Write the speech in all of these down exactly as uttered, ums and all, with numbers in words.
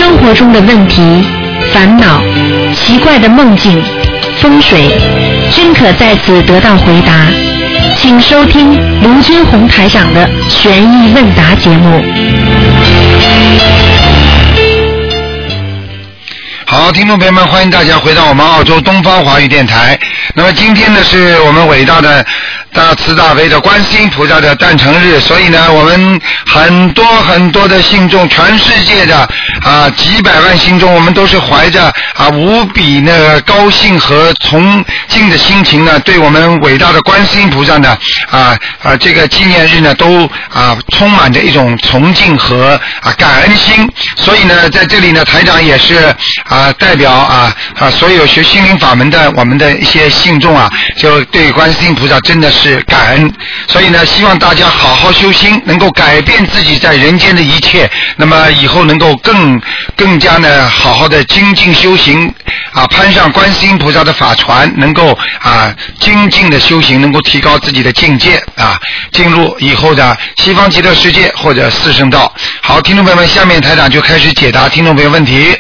生活中的问题、烦恼、奇怪的梦境、风水，均可在此得到回答。请收听卢军红台长的悬疑问答节目。 好，听众朋友们，欢迎大家回到我们澳洲东方华语电台。那么今天呢，是我们伟大的大慈大悲的观世音菩萨的诞辰日，所以呢，我们很多很多的信众，全世界的啊几百万信众，我们都是怀着啊无比那个高兴和崇敬的心情呢，对我们伟大的观世音菩萨呢啊啊这个纪念日呢，都啊充满着一种崇敬和啊感恩心。所以呢，在这里呢，台长也是啊代表啊啊所有学心灵法门的我们的一些信众啊，就对观世音菩萨真的是感恩。所以呢，希望大家好好修心，能够改变自己在人间的一切，那么以后能够更更加呢好好的精进修行啊，攀上观世音菩萨的法船，能够啊精进的修行，能够提高自己的境界啊，进入以后的西方极乐世界或者四圣道。好，听众朋友们，下面台长就开始解答听众朋友问题。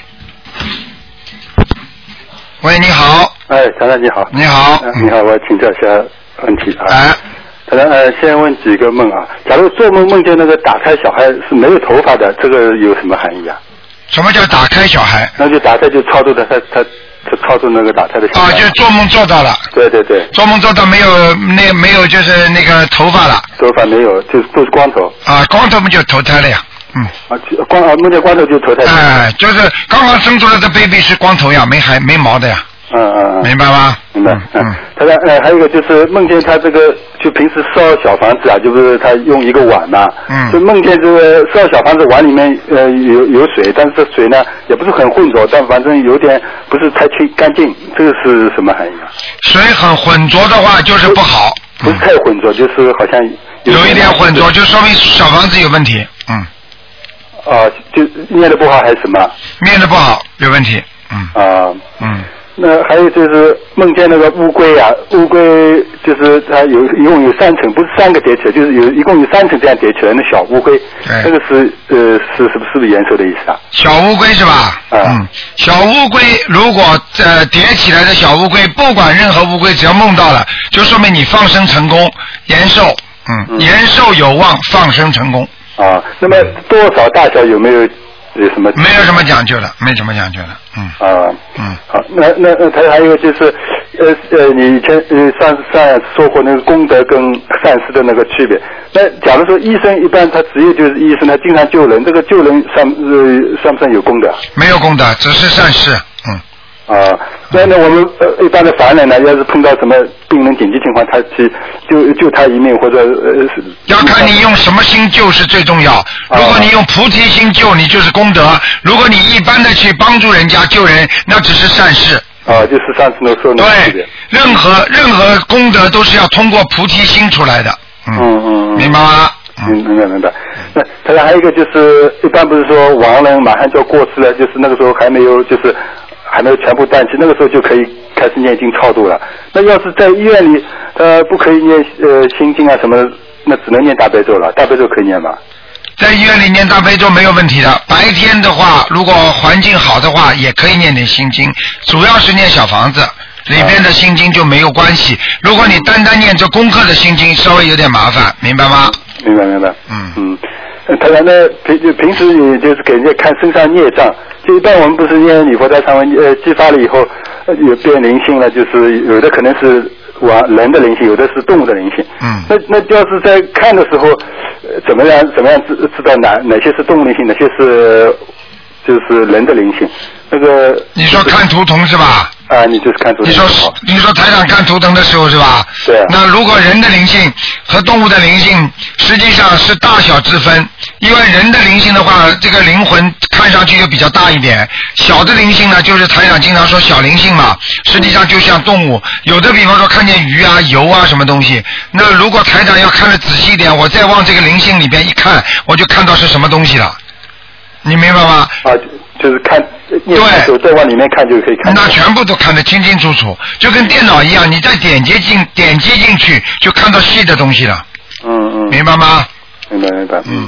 喂，你好。 哎，台长你好。 你好。 呃、你好，我请教一下问题啊。 哎。 台长，呃，先问几个梦啊。假如做梦梦见那个打开小孩是没有头发的，这个有什么含义啊？ 什么叫打开小孩？ 那就打开就超度的，他他他超度那个打开的小孩。 啊，就做梦做到了。对对对。 做梦做到没有那没有就是那个头发了。 头发没有，就是都是光头。 啊，光头不就投胎了呀？嗯。 啊，光啊，梦见光头就投胎。 哎，就是刚刚生出来的 baby 是光头呀，没还没毛的呀。 嗯嗯嗯。 明白吗？ 明白。嗯。他说，呃，还有一个就是梦见他这个，就平时烧小房子啊，就是他用一个碗嘛。嗯。就梦见这个烧小房子碗里面呃有有水，但是水呢也不是很浑浊，但反正有点不是太清干净，这个是什么含义啊？ 水很浑浊的话就是不好。 不是太浑浊，就是好像有。有一点浑浊，就说明小房子有问题。嗯。 啊，就念的不好还是什么？ 念的不好有问题。嗯。 啊。 嗯。 那还有就是梦见那个乌龟啊，乌龟就是它有一共有三层，不是三个叠起来，就是有一共有三层这样叠起来，那小乌龟，这个是呃是是不是不是延寿的意思啊？ 小乌龟是吧？啊、嗯，小乌龟如果呃叠起来的小乌龟，不管任何乌龟，只要梦到了，就说明你放生成功，延寿，嗯，嗯延寿有望，放生成功。 啊，那么多少大小有没有？有什么？ 没有什么讲究的，没什么讲究的，嗯。 啊， 嗯。 好，那那那他还有就是，呃呃，你以前呃上上说过那个功德跟善事的那个区别。那假如说医生一般他职业就是医生，他经常救人，这个救人算呃算不算有功德？ 没有功德，只是善事，嗯。 啊，那那我们呃一般的凡人呢，要是碰到什么病人紧急情况，他去救救他一命或者呃， 要看你用什么心救是最重要。如果你用菩提心救，你就是功德；如果你一般的去帮助人家救人，那只是善事。 啊，就是上次那说的。 对，任何任何功德都是要通过菩提心出来的。嗯嗯嗯，明白吗？ 嗯，明白明白。那他说还有一个就是，一般不是说亡人马上就要过世了，就是那个时候还没有就是。还没有全部断气，那个时候就可以开始念经超度了。那要是在医院里，呃，不可以念呃心经啊什么的，那只能念大悲咒了。大悲咒可以念吗？ 在医院里念大悲咒没有问题的。白天的话，如果环境好的话，也可以念点心经，主要是念小房子里边的心经就没有关系。如果你单单念这功课的心经，稍微有点麻烦，明白吗？ 明白明白。嗯嗯。他说呢，平平时你就是给人家看身上孽障，就一般我们不是念礼佛大忏文呃激发了以后，呃、有变灵性了，就是有的可能是往人的灵性，有的是动物的灵性。嗯。那那要是在看的时候，呃、怎么样怎么样知知道哪哪些是动物灵性，哪些是就是人的灵性？那个你说看图腾是吧？ 啊，你就是看图腾。 你说你说台长看图腾的时候是吧？ 对、啊。 那如果人的灵性和动物的灵性实际上是大小之分，因为人的灵性的话，这个灵魂看上去就比较大一点，小的灵性呢，就是台长经常说小灵性嘛，实际上就像动物，有的比方说看见鱼啊、油啊什么东西，那如果台长要看得仔细一点，我再往这个灵性里边一看，我就看到是什么东西了，你明白吗？ 啊，就是看。对，再往里面看就可以看。 那全部都看得清清楚楚，就跟电脑一样，你再点击进点击进去，就看到细的东西了。嗯嗯。明白吗？ 明白明白。嗯。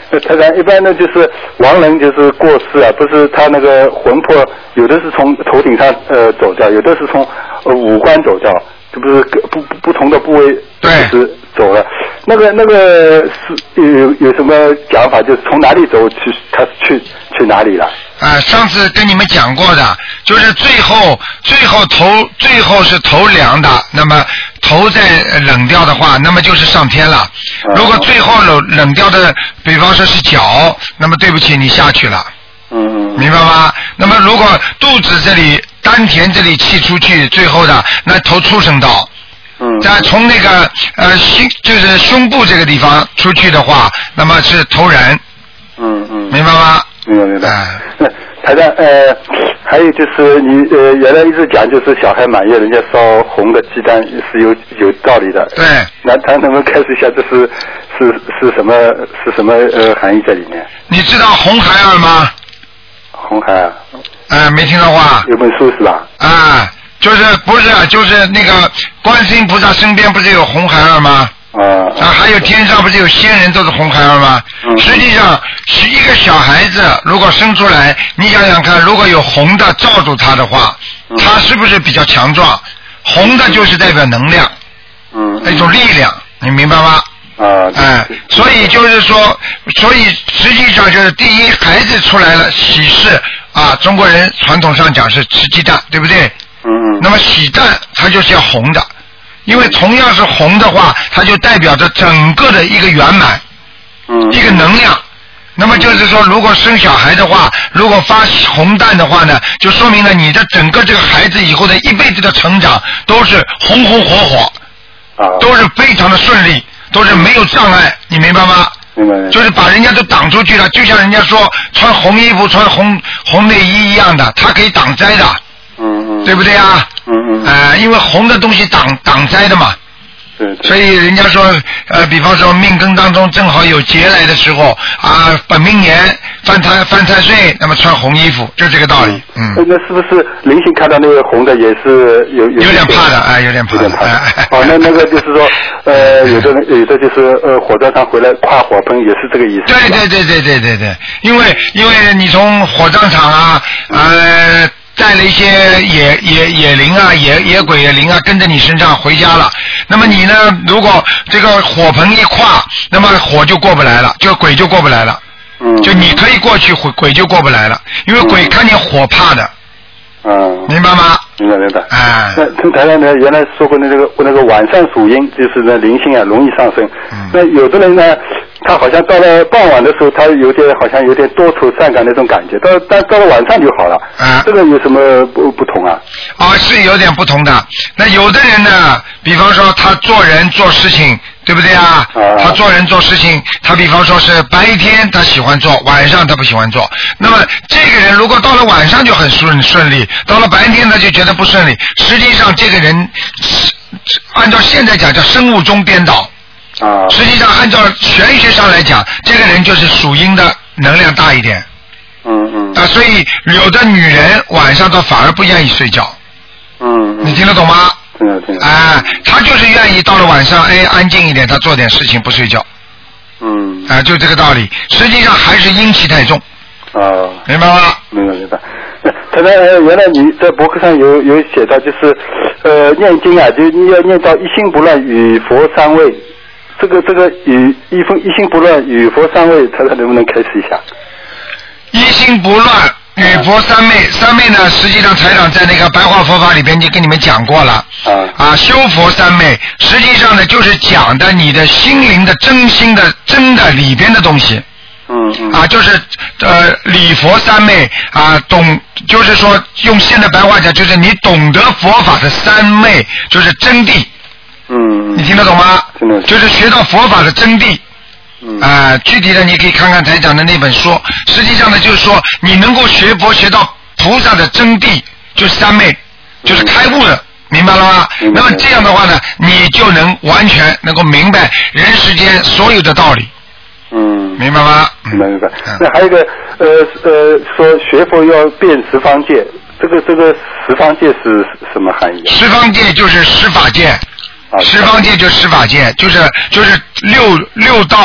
他然一般呢就是亡人就是过世啊，不是他那个魂魄有的是从头顶上呃走掉，有的是从呃五官走掉，这不是不不不同的部位就是走了。那个那个是有有什么讲法？就是从哪里走去，他去去哪里了？ 啊，上次跟你们讲过的，就是最后最后头最后是头凉的，那么头再冷掉的话，那么就是上天了。如果最后冷冷掉的，比方说是脚，那么对不起，你下去了。 嗯， 明白吗？那么如果肚子这里、丹田这里气出去，最后的那投畜生道。 嗯。 再从那个呃胸就是胸部这个地方出去的话，那么是投人。 嗯嗯。 明白吗？ 明白明白。 哎。 台长，呃，还有就是你呃原来一直讲就是小孩满月人家烧红的鸡蛋是有有道理的。 对。 那他能不能开始一下这是是是什么是什么呃含义在里面？ 你知道红孩儿吗？ 红孩儿。 哎、呃，没听到话。 有本书是吧？ 啊，就是不是就是那个观世音菩萨身边不是有红孩儿吗？ 啊, 啊，还有天上不是有仙人都是红孩儿吗？ 嗯、 实际上是一个小孩子如果生出来，你想想看，如果有红的罩住他的话， 嗯、 他是不是比较强壮？红的就是代表能量， 嗯， 一种力量，你明白吗？ 啊， 哎，所以就是说，所以实际上就是第一，孩子出来了，喜事啊，中国人传统上讲是吃鸡蛋，对不对？ 嗯。 那么喜蛋它就是要红的。因为同样是红的话，它就代表着整个的一个圆满， 嗯， 一个能量。那么就是说，如果生小孩的话，如果发红蛋的话呢，就说明了你的整个这个孩子以后的一辈子的成长都是红红火火， 啊， 都是非常的顺利，都是没有障碍，你明白吗？ 明白。 就是把人家都挡出去了，就像人家说穿红衣服、穿红红内衣一样的，它可以挡灾的。 嗯嗯， 对不对啊？ 嗯嗯， 呃，因为红的东西挡挡灾的嘛， 对对， 所以人家说，呃，比方说命根当中正好有劫来的时候啊，本命年犯太犯太岁，那么穿红衣服，就这个道理。嗯。 那是不是灵性看到那个红的也是有有有点怕的，哎，有点怕的。有点怕的。 哦，那那个就是说，呃，有的有的就是呃，火葬场回来跨火盆也是这个意思。 对对对对对对对，因为因为你从火葬场啊，呃。带了一些野野野灵啊、野野鬼野灵啊，跟着你身上回家了。那么你呢？如果这个火盆一跨，那么火就过不来了，就鬼就过不来了。 嗯。 就你可以过去，鬼鬼就过不来了，因为鬼看见火怕的。 嗯。 明白吗？ 明白明白。 哎。 那从台上呢，原来说过的那个那个晚上属阴，就是那灵性啊容易上升。嗯。那有的人呢？他好像到了傍晚的时候，他有点好像有点多愁善感那种感觉，到但到了晚上就好了。 啊， 这个有什么不不同啊？ 啊，是有点不同的。那有的人呢，比方说他做人做事情，对不对啊？啊他做人做事情，他比方说是白天他喜欢做，晚上他不喜欢做。那么这个人如果到了晚上就很顺顺利，到了白天他就觉得不顺利。实际上这个人按照现在讲叫生物钟颠倒。 啊， 实际上按照玄学上来讲，这个人就是属阴的能量大一点。 嗯嗯。 啊，所以有的女人晚上倒反而不愿意睡觉。 嗯。 你听得懂吗？ 听得听得。 啊，她就是愿意到了晚上，哎，安静一点，她做点事情不睡觉。 嗯。 啊，就这个道理。实际上还是阴气太重。 啊。 明白吗？ 明白明白。可能原来你在博客上有有写到，就是呃念经啊，就你要念到一心不乱，与佛三位。这个这个与一分一心不乱与佛三位，他他能不能开始一下？ 一心不乱与佛三昧，三昧呢，实际上台长在那个白话佛法里边就跟你们讲过了。 啊啊，修佛三昧，实际上呢就是讲的你的心灵的真心的真的里边的东西。 嗯嗯。 啊，就是呃礼佛三昧啊，懂就是说用现在白话讲，就是你懂得佛法的三昧，就是真谛。 嗯， 你听得懂吗？ 听得懂。 就是学到佛法的真谛。 嗯。 啊、呃，具体的你可以看看台长的那本书。实际上呢，就是说你能够学佛学到菩萨的真谛，就是三昧，就是开悟的，嗯、明白了吗？ 明白。 那么这样的话呢，你就能完全能够明白人世间所有的道理。 嗯。 明白吗？ 明白明白。嗯、那还有一个呃呃，说学佛要变十方界，这个这个十方界是什么含义？ 十方界就是十法界。十方界就是十法界，就是就是六六道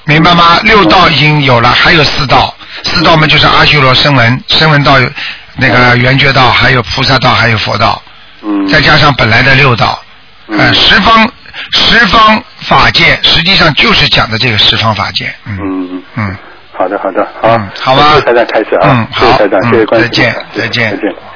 明白吗？六道已经有了，还有四道，四道嘛就是阿修罗、声闻、声闻道、那个圆觉道，还有菩萨道，还有佛道， 嗯， 再加上本来的六道，嗯、呃，十方十方法界实际上就是讲的这个十方法界，嗯嗯嗯， 好的好的，好， 嗯、好吧， 台长开始啊， 嗯，好， 谢谢台长，谢谢关再见再见再见。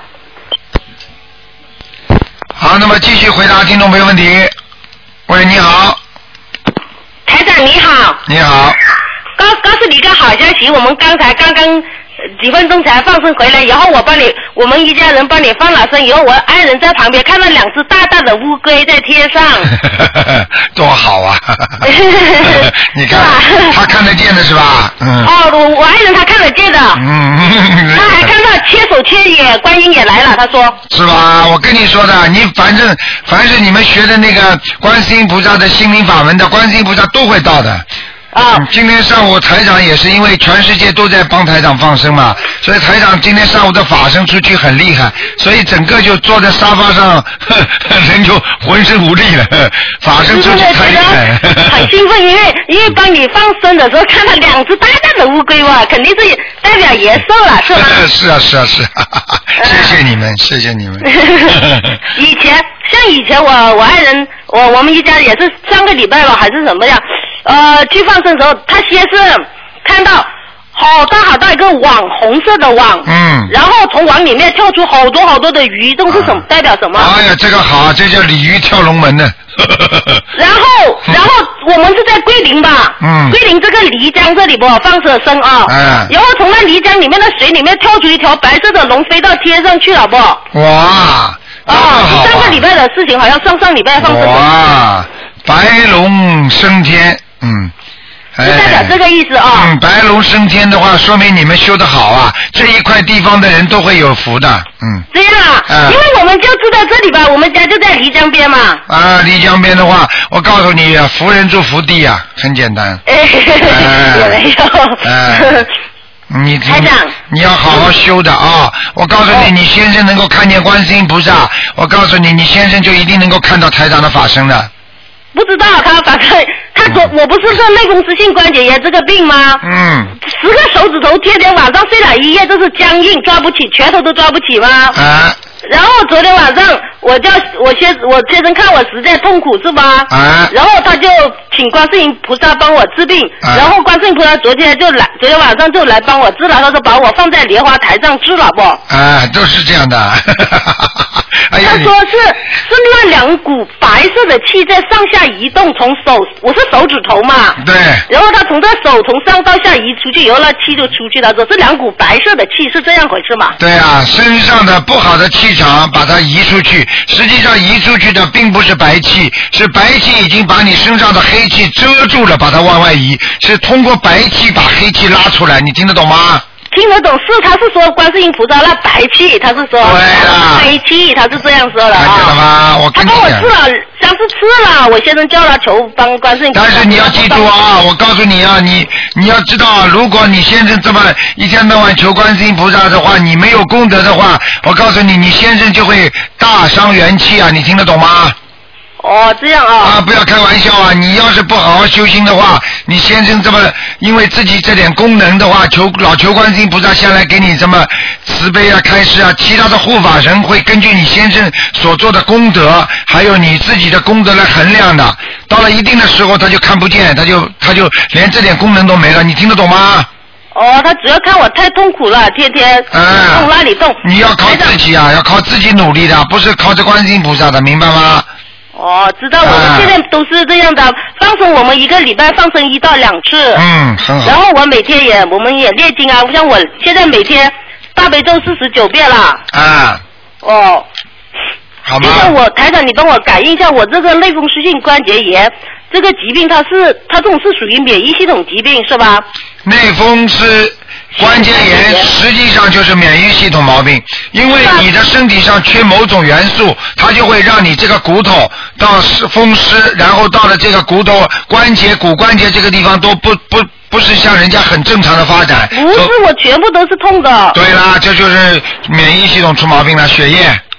好，那么继续回答听众朋友问题。喂，你好。 台长你好。 你好。 告告诉你一个好消息，我们刚才刚刚几分钟才放生回来，然后我帮你，我们一家人帮你放了生，以后我爱人在旁边看到两只大大的乌龟在天上。 多好啊！你看，他看得见的是吧？嗯。 哦，我我爱人他看得见的。 嗯。 他还看到切手切眼，观音也来了，他说。 是吧？我跟你说的，你反正凡是你们学的那个观世音菩萨的心灵法门的，观世音菩萨都会到的。 啊、 嗯！今天上午台长也是因为全世界都在帮台长放生嘛，所以台长今天上午的法身出去很厉害，所以整个就坐在沙发上，呵呵人就浑身无力了。呵法身出去太厉害， 很兴奋，因为因为帮你放生的时候看到两只大大的乌龟哇，肯定是代表爷寿了，是吗？ 是啊是啊是啊，谢谢你们，谢谢你们。 以前像以前我我爱人我我们一家也是上个礼拜吧还是什么呀？呃，去放生的时候，他先是看到好大好大一个网，红色的网， 嗯， 然后从网里面跳出好多好多的鱼，这是什么、啊、代表什么？ 哎呀，这个好，这叫鲤鱼跳龙门呢。 然后，然后我们是在桂林吧？ 嗯。 桂林这个漓江这里不放生生啊？ 嗯。 然后从那漓江里面的水里面跳出一条白色的龙，飞到天上去了不？ 哇！ 啊，上个礼拜的事情，好像上上礼拜放生。 哇！白龙升天。嗯， 就代表这个意思啊、哦。 嗯，白龙升天的话，说明你们修得好啊，这一块地方的人都会有福的。嗯。 这样啊？嗯、因为我们就住在这里吧，我们家就在漓江边嘛。 啊，漓江边的话，我告诉你啊，福人住福地啊，很简单。 哎，也没有。 哎。你台长， 你要好好修的啊！我告诉你，你先生能够看见观世音菩萨，我告诉你，你先生就一定能够看到台长的法身的。 不知道他反正他说、嗯、我不是说类风湿性关节炎这个病吗？ 嗯。 十个手指头天天晚上睡了一夜都是僵硬，抓不起，拳头都抓不起吗？ 啊。 然后昨天晚上我叫我先我先生看我实在痛苦是吧？ 啊。 然后他就请观世音菩萨帮我治病，啊、然后观世音菩萨昨天就来，昨天晚上就来帮我治了，他说把我放在莲花台上治了不？ 啊，都是这样的。哎、 他说是是那两股白色的气在上下移动，从手我是手指头嘛， 对， 然后他从这手从上到下移出去，以后那气就出去了，说是两股白色的气，是这样回事吗？ 对啊，身上的不好的气场把它移出去，实际上移出去的并不是白气，是白气已经把你身上的黑气遮住了，把它往外移，是通过白气把黑气拉出来，你听得懂吗？ 听得懂，是他是说观世音菩萨那白气，他是说黑气，他是这样说的啊。 看见了吗？我跟你讲。 他帮我治了，上次吃了，我先生叫他求帮观世音菩萨。 但是你要记住啊，我告诉你啊，你你要知道，如果你先生这么一天到晚求观世音菩萨的话，你没有功德的话，我告诉你，你先生就会大伤元气啊，你听得懂吗？ 哦，这样啊！ 啊，不要开玩笑啊！你要是不好好修心的话，你先生这么因为自己这点功能的话，求老求观世音菩萨下来给你这么慈悲啊、开示啊，其他的护法神会根据你先生所做的功德，还有你自己的功德来衡量的。到了一定的时候，他就看不见，他就他就连这点功能都没了。你听得懂吗？ 哦，他主要看我太痛苦了，天天动哪里动。 你要靠自己啊，要靠自己努力的，不是靠着观世音菩萨的，明白吗？ 哦，知道，我们现在都是这样的，放生我们一个礼拜放生一到两次。 嗯，很好。 然后我每天也，我们也念经啊，像我现在每天大悲咒四十九遍了。 啊。 哦。 好吗？ 现在我台长，你帮我感应一下，我这个类风湿性关节炎这个疾病，它是它这种是属于免疫系统疾病是吧？ 类风湿关节炎实际上就是免疫系统毛病，因为你的身体上缺某种元素，它就会让你这个骨头到风湿，然后到了这个骨头关节骨关节这个地方都不不不是像人家很正常的发展。 不是，我全部都是痛的。 对啦，这就是免疫系统出毛病了，血液。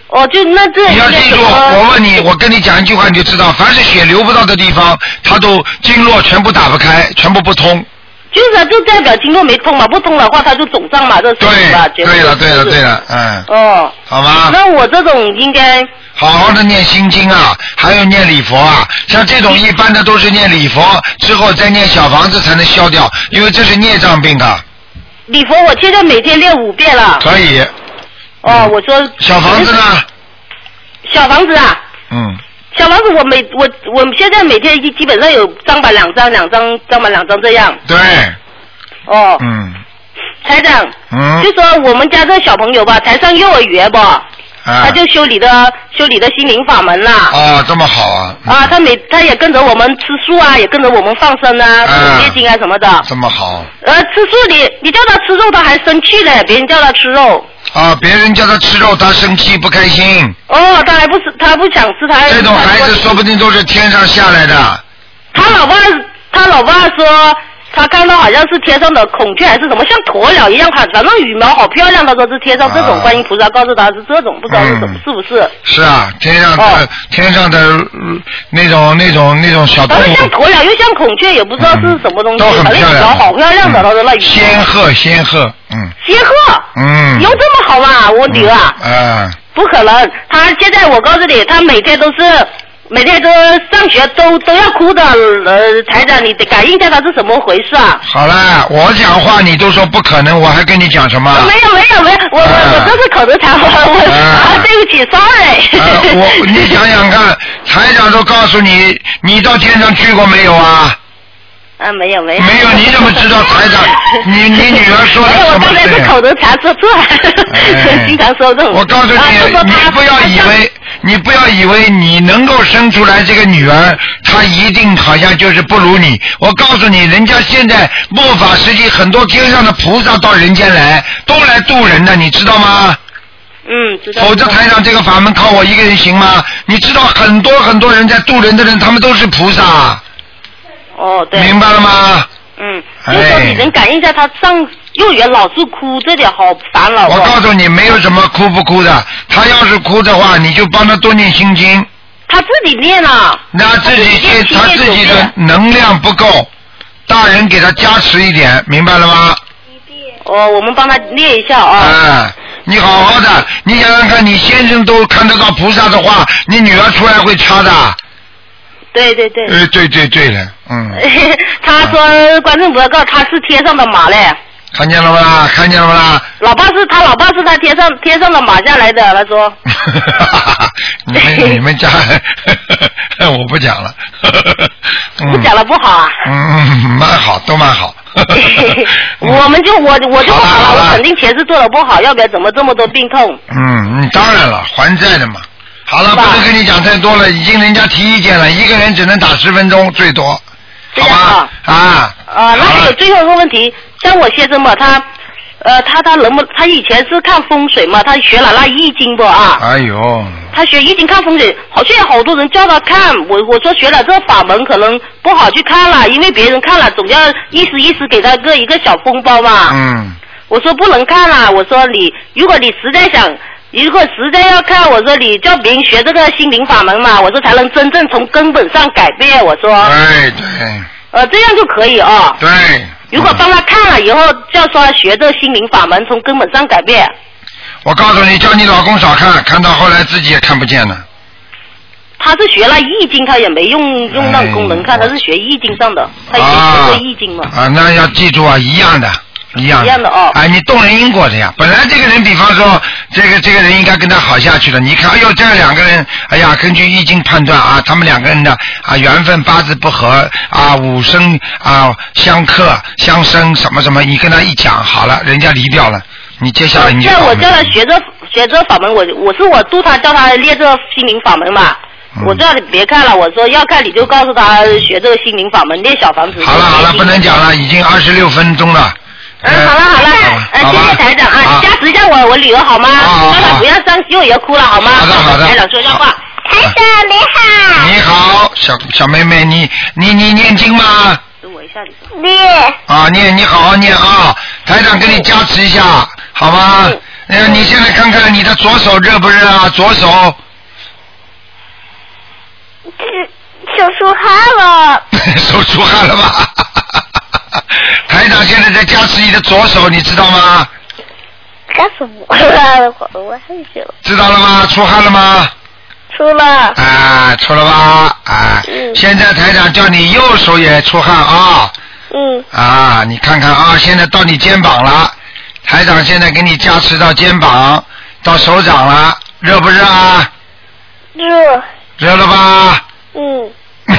哦，就那这你要记住，我问你，我跟你讲一句话你就知道，凡是血流不到的地方，它都经络全部打不开，全部不通。 就是啊，就代表经络没通嘛，不通的话它就肿胀嘛，这是吧？ 对，对了，对了，对了，嗯。 哦。 好吗？ 那我这种应该。 好好的念心经啊，还有念礼佛啊，像这种一般的都是念礼佛之后再念小房子才能消掉，因为这是孽障病啊。 礼佛我现在每天练五遍了。 可以。 哦，我说。 小房子呢？ 小房子啊。 嗯。 小房子我每我我现在每天基本上有张板两张两张张板两张这样。 对。 哦。 嗯。 台长。 嗯。 就说我们家这小朋友吧，才上幼儿园吧。 啊、 他就修你的修你的心灵法门啦。 哦，这么好啊！ 嗯、啊，他每他也跟着我们吃素啊，也跟着我们放生啊，念、啊、经啊什么的。 这么好。 呃，吃素你你叫他吃肉，他还生气嘞，别人叫他吃肉。 啊，别人叫他吃肉，他生气不开心。 哦，他还不吃，他不想吃，他还。 这种孩子说不定都是天上下来的。 他老爸，他老爸说。他看到好像是天上的孔雀还是什么，像鸵鸟一样，反反正羽毛好漂亮。他说是天上这种观音菩萨告诉他是这种，不知道是什么、嗯、是不是？是啊，天上的、哦、天上的那种那种那种小动物。 像鸵鸟又像孔雀，也不知道是什么东西， 嗯、 反正羽毛好漂亮的。他说那羽毛。 仙鹤，仙鹤，嗯。 仙鹤。嗯。有这么好吗？我女儿。 嗯。啊、 不可能，他现在我告诉你，他每天都是。每天都上学都都要哭的，呃，台长，你得感应一下他是怎么回事啊？ 好了，我讲话你都说不可能，我还跟你讲什么？ 没有没有没有，我、啊、我我这是口头禅，我我、啊、对不起 ，sorry、 啊。我你想想看，台长都告诉你，你到天上去过没有啊？ 啊，没有没有。 没有，你怎么知道台长？你你女儿说的什么？ 我刚才是口头禅说错了，哎、经常说这种。 我告诉你，啊、你不要以为你不要以为你能够生出来这个女儿，她一定好像就是不如你。我告诉你，人家现在末法时期，很多天上的菩萨到人间来，都来渡人的，你知道吗？ 嗯，知道。 否则台长这个法门靠我一个人行吗？你知道很多很多人在渡人的人，他们都是菩萨。 哦，对。 明白了吗？ 嗯，就是说你能感应一下他上幼儿园老是哭，这点好烦了。 我告诉你，没有什么哭不哭的，他要是哭的话，你就帮他多念心经。 他自己念了。 那自己念，他自己的能量不够，大人给他加持一点，明白了吗？ 哦，我们帮他念一下啊。 啊，你好好的，你想想看，你先生都看得到菩萨的话，你女儿出来会差的。 对对对。 呃，对对对了，嗯。 他说观世菩萨告诉他是天上的马嘞。 看见了不啦？看见了不啦？ 老爸是他老爸是他天上天上的马下来的，他说。 你们你们家，我不讲了。 不讲了不好啊。 嗯，蛮好，都蛮好。 我们就我我就不好了，我肯定前世做的不好，要不然怎么这么多病痛？ 嗯，你当然了，还债的嘛。好了，不能跟你讲太多了，已经人家提意见了，一个人只能打十分钟最多，好吧？啊。 啊，那还有最后一个问题，像我先生嘛，他呃他他能不他以前是看风水嘛，他学了那易经不啊？ 哎呦。 他学易经看风水，好像有好多人叫他看，我我说学了这个法门可能不好去看了，因为别人看了总要意思意思给他个一个小封包嘛。 嗯。 我说不能看了，我说你如果你实在想。如果实在要看，我说你叫别人学这个心灵法门嘛，我说才能真正从根本上改变。我说， 对对， 呃，这样就可以哦。 对。 如果帮他看了以后，叫说他学这个心灵法门，从根本上改变。 我告诉你，叫你老公少看，看到后来自己也看不见了。 他是学了易经，他也没用用那种功能看，哎、他是学易经上的，他已经学过易经嘛。 啊，那要记住啊，一样的。一样的， 一样的哦。 哎，你动人因果的呀。本来这个人，比方说，这个这个人应该跟他好下去的。你看，哎呦，这两个人，哎呀，根据易经判断啊，他们两个人的啊缘分八字不合啊，五生啊相克相生什么什么，你跟他一讲好了，人家离掉了，你接下来你就。 像我叫他学这学这法门，我我是我督他叫他练这个心灵法门嘛。嗯、我叫你别看了，我说要看你就告诉他学这个心灵法门，练小房子。 好了好了，不能讲了，已经二十六分钟了。 嗯，好了好了，呃，谢谢台长啊，加持一下我我女儿好吗？让她不要上幼儿园哭了好吗？ 好的好的。 台长说一下话。 台长你好。 你好，小小妹妹，你你你念经吗？ 等我一下，你念。 啊，念，你好好念啊，台长给你加持一下，好吗？ 哎呀，你现在看看你的左手热不热啊？左手。 手出汗了。 手出汗了吧？台长现在在加持你的左手，你知道吗？ 干什么？我我害羞。 知道了吗？出汗了吗？ 出了。 啊，出了吧？啊， 嗯、 现在台长叫你右手也出汗啊。 嗯。 啊，你看看啊，现在到你肩膀了，台长现在给你加持到肩膀，到手掌了，热不热啊？ 热。 热了吧？ 嗯。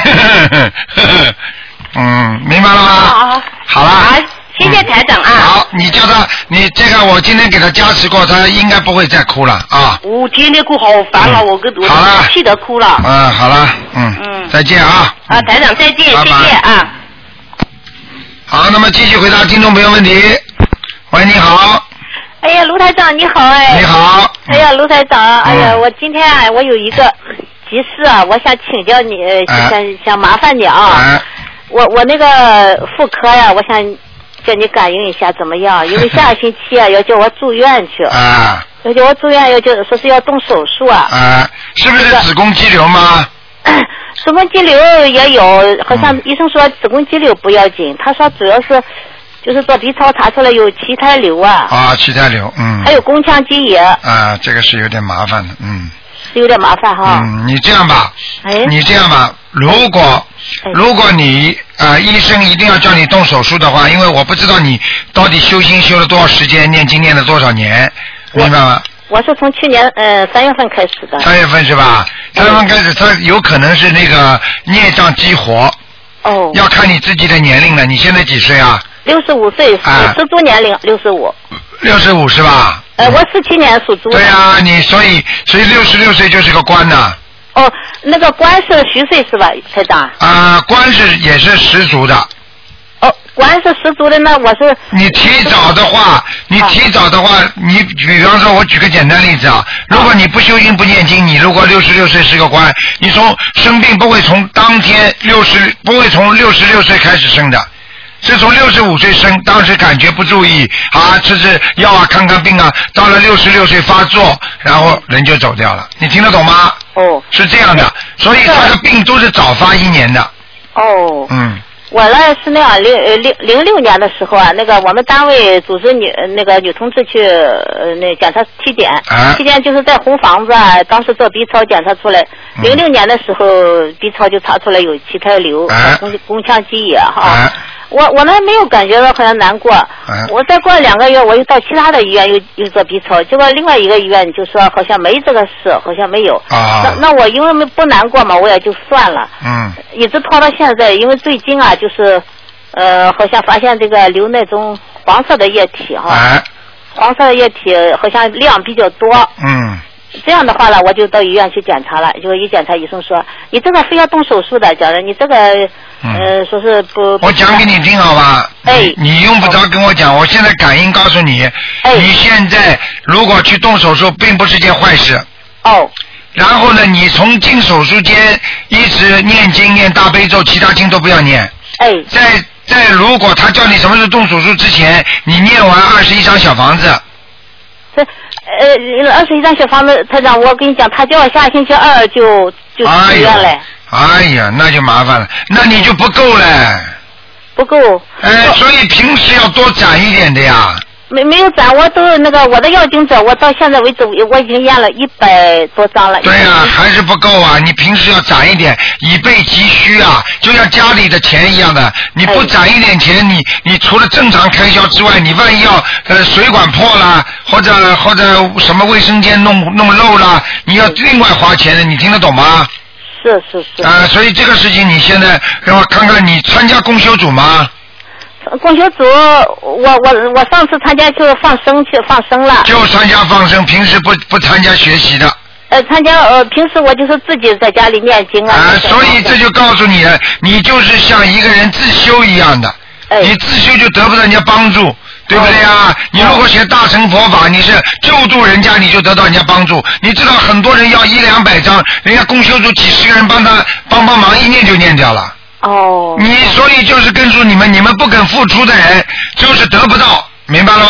嗯，明白了吗？ 好， 好了。 好，谢谢台长啊。 嗯、好，你叫他，你这个我今天给他加持过，他应该不会再哭了啊。 我天天哭好烦了，嗯、我跟我好了， 气得哭了。 嗯，好了，嗯嗯，再见啊。 啊，台长再见， 拜拜谢谢啊。 好，那么继续回答听众朋友问题。喂，你好。 哎呀，卢台长你好哎。 你好。 哎呀，卢台长， 嗯、 哎呀，我今天啊，我有一个急事啊，我想请教你， 哎、 想想麻烦你啊。 哎、 我我那个妇科呀，我想叫你感应一下怎么样？因为下个星期啊要叫我住院去。 啊。 要叫我住院，要叫说是要动手术啊。 啊，是不是子宫肌瘤吗？ 子宫肌瘤也有，好像医生说子宫肌瘤不要紧，他说主要是就是做 B 超查出来有脐胎瘤啊。 啊，脐胎瘤，嗯。 还有宫腔积液。 啊，这个是有点麻烦的，嗯。 是有点麻烦哈。 嗯，你这样吧， 哎， 你这样吧，如果、哎、如果你啊、呃、医生一定要叫你动手术的话，因为我不知道你到底修心修了多少时间，念经念了多少年，明白吗？ 我是从去年呃三月份开始的。 三月份是吧？三月份开始，它有可能是那个孽障激活。 哦。 要看你自己的年龄了，你现在几岁啊？ 六十五岁， 啊， 十足年龄六十五。 六十五是吧？ 呃，我四七年属猪的。 对啊，你所以所以六十六岁就是个官呐。 哦，那个官是虚岁是吧，台长？ 啊、呃，官是也是十足的。 哦，官是十足的，那我是。 你提早的话，你提早的话，你比方说，我举个简单例子啊，如果你不修心不念经，你如果六十六岁是个官，你从生病不会从当天六十，不会从六十六岁开始生的。是从六十五岁生，当时感觉不注意啊，吃吃药啊，看看病啊，到了六十六岁发作，然后人就走掉了。你听得懂吗？ 哦， 是这样的，所以他的病都是早发一年的。 哦。 嗯。 我呢是那样，零呃零零六年的时候啊，那个我们单位组织女那个女同志去呃那检查体检， 啊、 体检就是在红房子啊，当时做 B 超检查出来，零六、嗯、年的时候 B 超就查出来有脐胎瘤、 啊、 宫宫腔积液哈。 啊我我呢没有感觉到好像难过， 嗯、 我再过两个月我又到其他的医院又又做 B 超，结果另外一个医院就说好像没这个事，好像没有。 啊、 那那我因为不难过嘛，我也就算了。 嗯。 一直拖到现在，因为最近啊，就是呃，好像发现这个流那种黄色的液体哈， 啊、 黄色的液体好像量比较多。 嗯。 这样的话呢，我就到医院去检查了。结果一检查，医生说你这个非要动手术的，讲的你这个、嗯、呃，说是不。 我讲给你听好吧？ 哎。 你用不着跟我讲，我现在感应告诉你， 哎、 你现在如果去动手术，并不是件坏事。 哦。 然后呢，你从进手术间一直念经念大悲咒，其他经都不要念。 哎。 在在，如果他叫你什么时候动手术之前，你念完二十一张小房子。 这呃，二十一张小房子，台长，我跟你讲，他叫我下星期二就就出院嘞。 哎呀，那就麻烦了，那你就不够嘞。 不够。 哎，所以平时要多攒一点的呀。 没没有攒，我都那个我的要经者，我到现在为止我已经验了一百多张了。 对呀、啊，还是不够啊！你平时要攒一点，以备急需啊，就像家里的钱一样的，你不攒一点钱，你你除了正常开销之外，你万一要呃水管破了，或者或者什么卫生间弄弄漏了，你要另外花钱的，你听得懂吗？ 是是是。 啊、呃，所以这个事情你现在让我看看，你参加共修组吗？ 共修组，我我我上次参加就放生去放生了。 就参加放生，平时不不参加学习的。 呃，参加呃，平时我就是自己在家里念经啊。 啊，所以这就告诉你了，你就是像一个人自修一样的， 哎、 你自修就得不到人家帮助，对不对啊？哎、你如果学大乘佛法，你是救助人家，你就得到人家帮助。你知道很多人要一两百张，人家共修组几十个人帮他帮帮忙，一念就念掉了。 哦。 你所以就是跟住你们，你们不肯付出的人，就是得不到，明白了吗？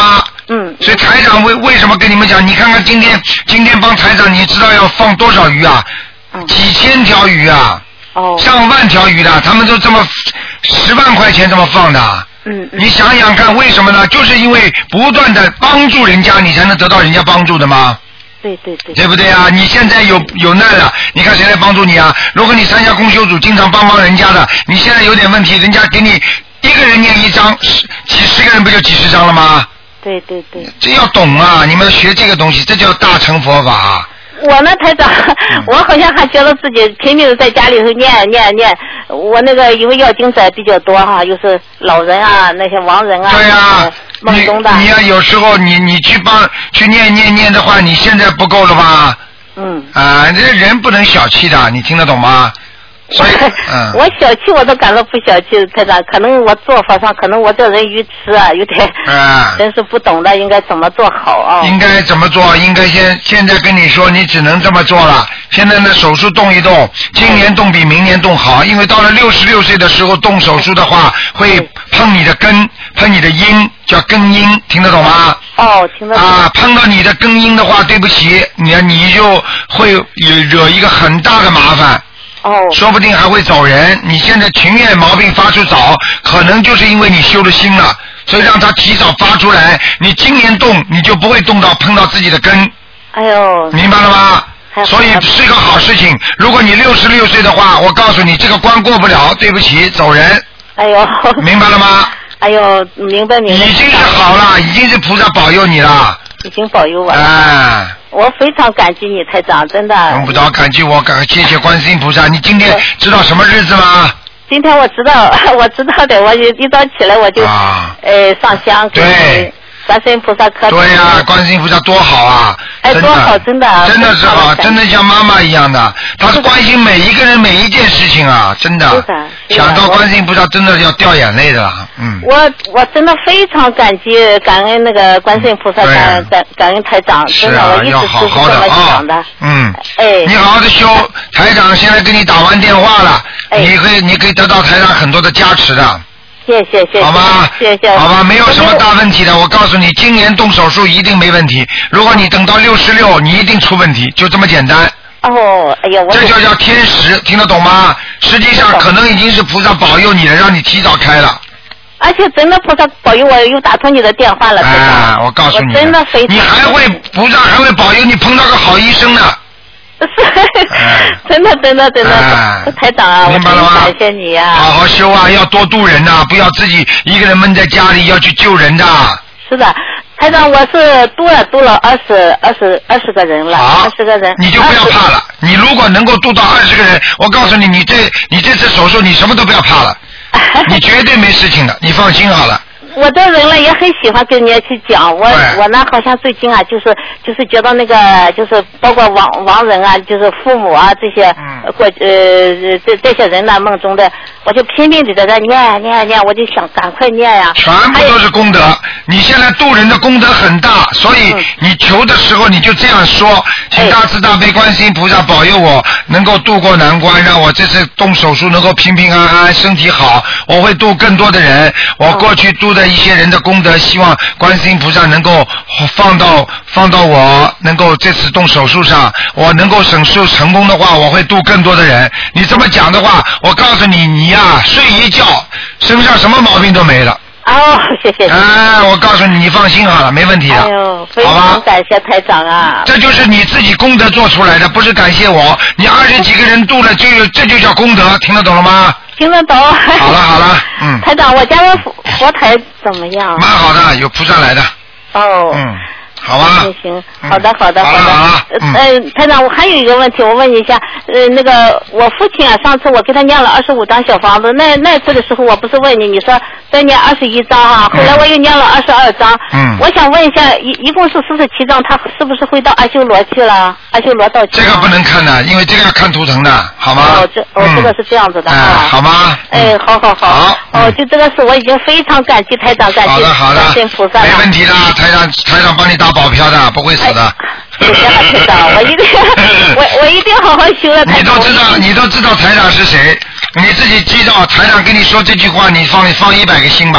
嗯。 所以台长为为什么跟你们讲？你看看今天今天帮台长，你知道要放多少鱼啊？ 嗯。 几千条鱼啊！ 哦。 上万条鱼的，他们都这么十万块钱这么放的。 嗯嗯。 你想想看，为什么呢？就是因为不断的帮助人家，你才能得到人家帮助的吗？ 对对对。 对不对啊？你现在有有难了，你看谁来帮助你啊？如果你参加公修组，经常帮帮人家的，你现在有点问题，人家给你一个人念一张，几十个人不就几十张了吗？ 对对对。 这要懂啊！你们要学这个东西，这叫大乘佛法。 我呢，台长，我好像还觉得自己拼命的在家里头念念念。我那个因为要经者比较多哈，又是老人啊，那些亡人啊。 对呀、啊， 梦中的。 你要有时候你你去帮去念念念的话，你现在不够了吧？ 嗯。 啊，这人不能小气的，你听得懂吗？所以，嗯。 我小气我都感到不小气，台长，可能我做法上，可能我这人愚痴啊，有点， 啊， 真是不懂得应该怎么做好啊。 应该怎么做？应该先现在跟你说，你只能这么做了。现在呢，手术动一动，今年动比明年动好，因为到了六十六岁的时候动手术的话，会碰你的根，碰你的阴，叫根阴，听得懂吗？ 哦，听得懂。 啊，碰到你的根阴的话，对不起，你你就会惹一个很大的麻烦。 哦， 说不定还会走人。你现在情愿毛病发出早，可能就是因为你修了心了，所以让它提早发出来。你今年动，你就不会动到碰到自己的根。 哎呦， 明白了吗？所以是个好事情。如果你六十六岁的话，我告诉你，这个关过不了，对不起，走人。 哎呦， 明白了吗？ 哎呦，明白明白。 已经是好了，已经是菩萨保佑你了。 已经保佑我了。 哎。 我非常感激你，台长，真的。 用不着感激我，感谢谢观世音菩萨。你今天知道什么日子吗？ 今天我知道，我知道的。我一一早起来我就、啊、呃上香给观世音菩萨磕头。 对呀、啊，观世音菩萨多好啊！ 哎，多好，真的。 真的是好，真的像妈妈一样的，她是关心每一个人每一件事情啊，真的。 是的。 想到观世音菩萨，真的要掉眼泪的了，嗯。 我我真的非常感激感恩那个观世音菩萨，感感感恩台长，真的，我一直是这么想的。 嗯。 哎。 你好好的修，台长现在给你打完电话了，你可以你可以得到台长很多的加持的。 谢谢谢谢， 好吧， 谢谢， 好吧，没有什么大问题的。我告诉你，今年动手术一定没问题。如果你等到六十六，你一定出问题，就这么简单。 哦，哎呀，我这叫叫天时，听得懂吗？实际上可能已经是菩萨保佑你了，让你提早开了。 而且真的菩萨保佑我又打通你的电话了。 哎，我告诉你， 真的非常。 你还会菩萨还会保佑你碰到个好医生呢。 是，真的真的真的，台长啊， 明白了吗？ 感谢你呀、啊。 好好修啊，要多度人呐、啊，不要自己一个人闷在家里，要去救人的。 是的，台长，我是度了度了二十二十二十个人了，二十个人。 你就不要怕了，你如果能够度到二十个人，我告诉你，你这你这次手术你什么都不要怕了，你绝对没事情的，你放心好了。 我这人呢也很喜欢跟人家去讲，我我呢好像最近啊，就是就是觉得那个就是包括亡亡人啊，就是父母啊这些，嗯、过呃这这些人呢梦中的，我就拼命的在这念念念，我就想赶快念呀、啊。 全部都是功德，你现在度人的功德很大，所以你求的时候你就这样说，请大慈大悲观世音菩萨保佑我能够度过难关，让我这次动手术能够平平安安，身体好，我会度更多的人，我过去度的一些人的功德，希望观世音菩萨能够放到放到我能够这次动手术上，我能够手术成功的话，我会度更多的人。你这么讲的话，我告诉你，你呀、啊、睡一觉，身上什么毛病都没了。 哦，谢谢。 哎，我告诉你，你放心好了，没问题的。 哎呦，非常感谢台长啊！ 这就是你自己功德做出来的，不是感谢我。你二十几个人度了，就这就叫功德，听得懂了吗？ 听得懂。 好了好了，嗯。 台长，我家的佛佛台怎么样？ 蛮好的，有菩萨来的。 哦。 嗯。好吧。 行行，好的好的好的。好了。 嗯。呃，台长，我还有一个问题，我问一下，呃，那个我父亲啊，上次我给他念了二十五张小房子，那那次的时候我不是问你，你说再念二十一张啊，后来我又念了二十二张。 嗯。 我想问一下，一一共是四十七张，他是不是会到阿修罗去了？阿修罗道去了？ 这个不能看的，因为这个要看图腾的，好吗？ 哦，这哦、嗯、这个是这样子的啊。 哎，好吗？ 哎，好好好。 好。 哦，就这个事，我已经非常感激台长，感谢观世音菩萨了。 没问题的，台长台长帮你打保票的，不会死的。 谢谢台长，我一定我我一定好好修了。 你都知道，你都知道台长是谁，你自己记到台长跟你说这句话，你放放一百个心吧。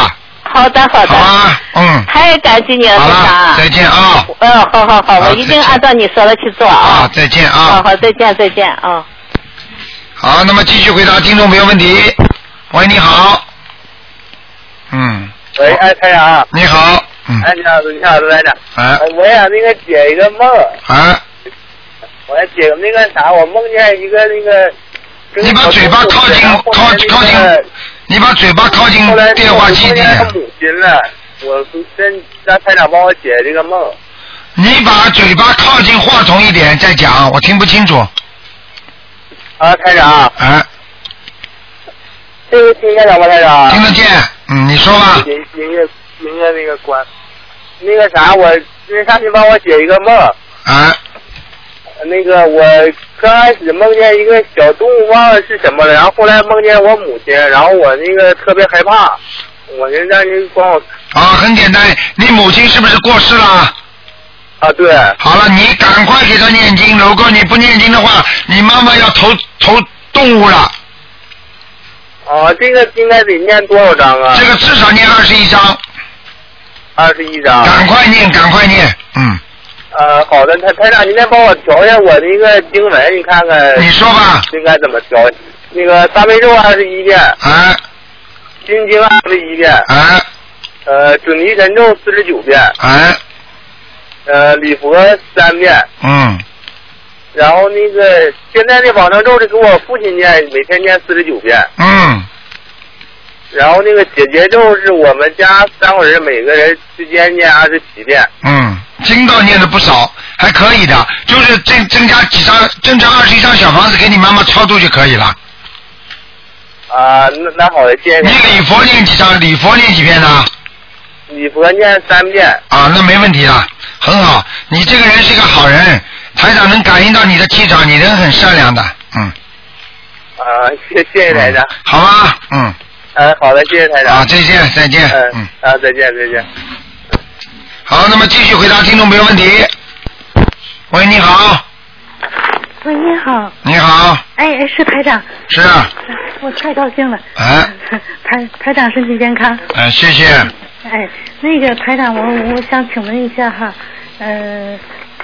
好的好的。 好啊，嗯。 太感谢你了，台长。 好了，再见啊。 嗯，好好好，我一定按照你说的去做啊。 好，再见啊。 好好，再见再见啊。 好，那么继续回答听众朋友问题。喂，你好。嗯。 喂，哎，台长。 你好。嗯。 哎，你好，你好，卢台长。 哎。 我想那个解一个梦。 哎。 我要解个那个啥，我梦见一个那个。 你把嘴巴靠近靠靠近，你把嘴巴靠近电话机里。 他母亲了，我跟让台长帮我解这个梦。 你把嘴巴靠近话筒一点再讲，我听不清楚。 啊，台长。 哎。 这个听得见吗，台长？ 听得见，嗯，你说吧。 音音乐音乐那个关，那个啥，我那啥，你帮我解一个梦。 啊。 那个我刚开始梦见一个小动物，忘了是什么了，然后后来梦见我母亲，然后我那个特别害怕，我就让您帮我。 啊，很简单，你母亲是不是过世了？ 啊，对。 好了，你赶快给她念经，如果你不念经的话，你妈妈要投投动物了。 啊，这个应该得念多少章啊？ 这个至少念二十一章。 二十一章。 赶快念，赶快念，嗯。 呃，好的，台台长，您再帮我调一下我那个经文，你看看。 你说吧。 应该怎么调？那个大悲咒二十一遍。 哎。 心经二十一遍。 哎。 呃，准提神咒四十九遍。 哎。 呃，礼佛三遍。 嗯。 然后那个现在的往生咒是给我父亲念，每天念四十九遍。 嗯。 然后那个解结咒是我们家三个人每个人之间念二十七遍。 嗯。经道念的不少，还可以的，就是增增加几张，增加二十一张小房子给你妈妈超度就可以了。 啊，那那好的，谢谢。 你礼佛念几张？礼佛念几遍呢？ 礼佛念三遍。啊， 那没问题了，很好。你这个人是个好人，台长能感应到你的气场，你人很善良的，嗯。 啊，谢谢谢台长。 嗯、好吧，嗯。 嗯、啊，好的，谢谢台长。 啊，再见，再见。 嗯。嗯啊，再见，再见。 好，那么继续回答听众朋友问题。喂，你好。 喂，你好。 你好。 哎，是台长。 是啊。 我太高兴了。 哎。 台台长身体健康。 哎，谢谢。 哎，那个台长，我我想请问一下哈，呃，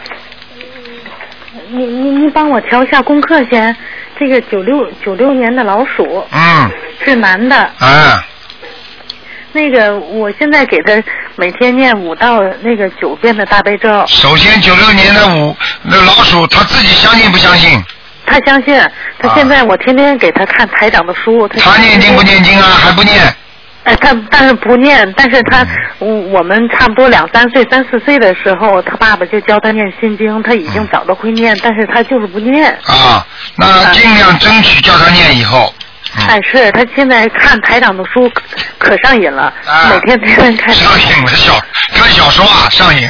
你你你帮我调一下功课先。这个九六九六年的老鼠。 嗯。是男的。 啊。 那个，我现在给他每天念五到那个九遍的大悲咒。 首先，九六年的五那老鼠，他自己相信不相信？ 他相信，他现在我天天给他看台长的书。 他, 他念经不念经啊？还不念？ 哎，他但是不念，但是他、嗯、我们差不多两三岁、三四岁的时候，他爸爸就教他念心经，他已经早都会念，嗯、但是他就是不念。 啊，那尽量争取叫他念以后。 哎，是他现在看台长的书可, 可上瘾了，啊、每天天天看。 上瘾了，小看小说啊，上瘾。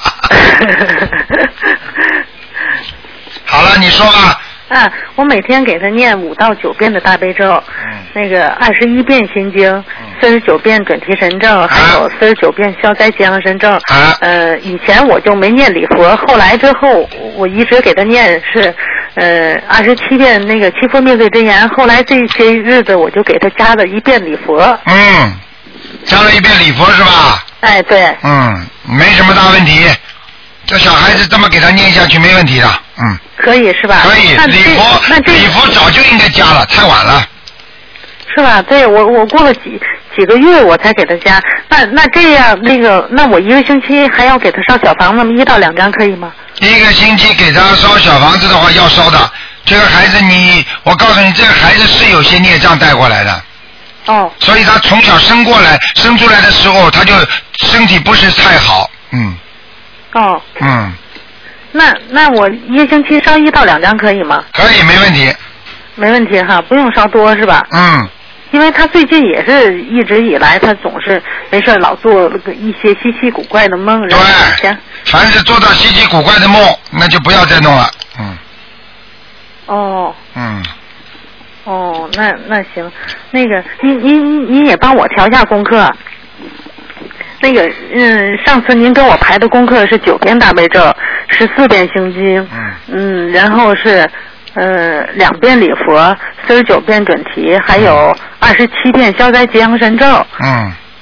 好了，你说吧。 啊，我每天给他念五到九遍的大悲咒，嗯、那个二十一遍心经，四十九遍准提神咒，啊、还有四十九遍消灾吉祥神咒。啊、呃，以前我就没念礼佛，后来之后我一直给他念是，呃，二十七遍那个七佛灭罪真言。后来这些日子我就给他加了一遍礼佛。 嗯，加了一遍礼佛是吧？ 哎，对。 嗯，没什么大问题。这小孩子这么给他念下去没问题的，嗯。 可以是吧？ 可以，礼佛礼佛早就应该加了，太晚了。 是吧？对，我我过了几几个月我才给他加，那那这样那个，那我一个星期还要给他烧小房子吗？一到两张可以吗？ 一个星期给他烧小房子的话要烧的，这个孩子你，我告诉你，这个孩子是有些孽障带过来的。 哦。 所以他从小生过来，生出来的时候他就身体不是太好，嗯。 哦。 嗯。 那那我一个星期烧一到两张可以吗？ 可以，没问题。 没问题哈，不用烧多是吧？ 嗯。 因为他最近也是一直以来，他总是没事老做一些稀奇古怪的梦。 对。行。凡是做到稀奇古怪的梦，那就不要再弄了。嗯。 哦。 嗯。 哦，那那行，那个您您您也帮我调一下功课。那个，嗯，上次您给我排的功课是九遍大悲咒，十四遍心经，嗯，嗯，然后是，呃，两遍礼佛，四十九遍准提，还有二十七遍消灾吉祥神咒。 嗯，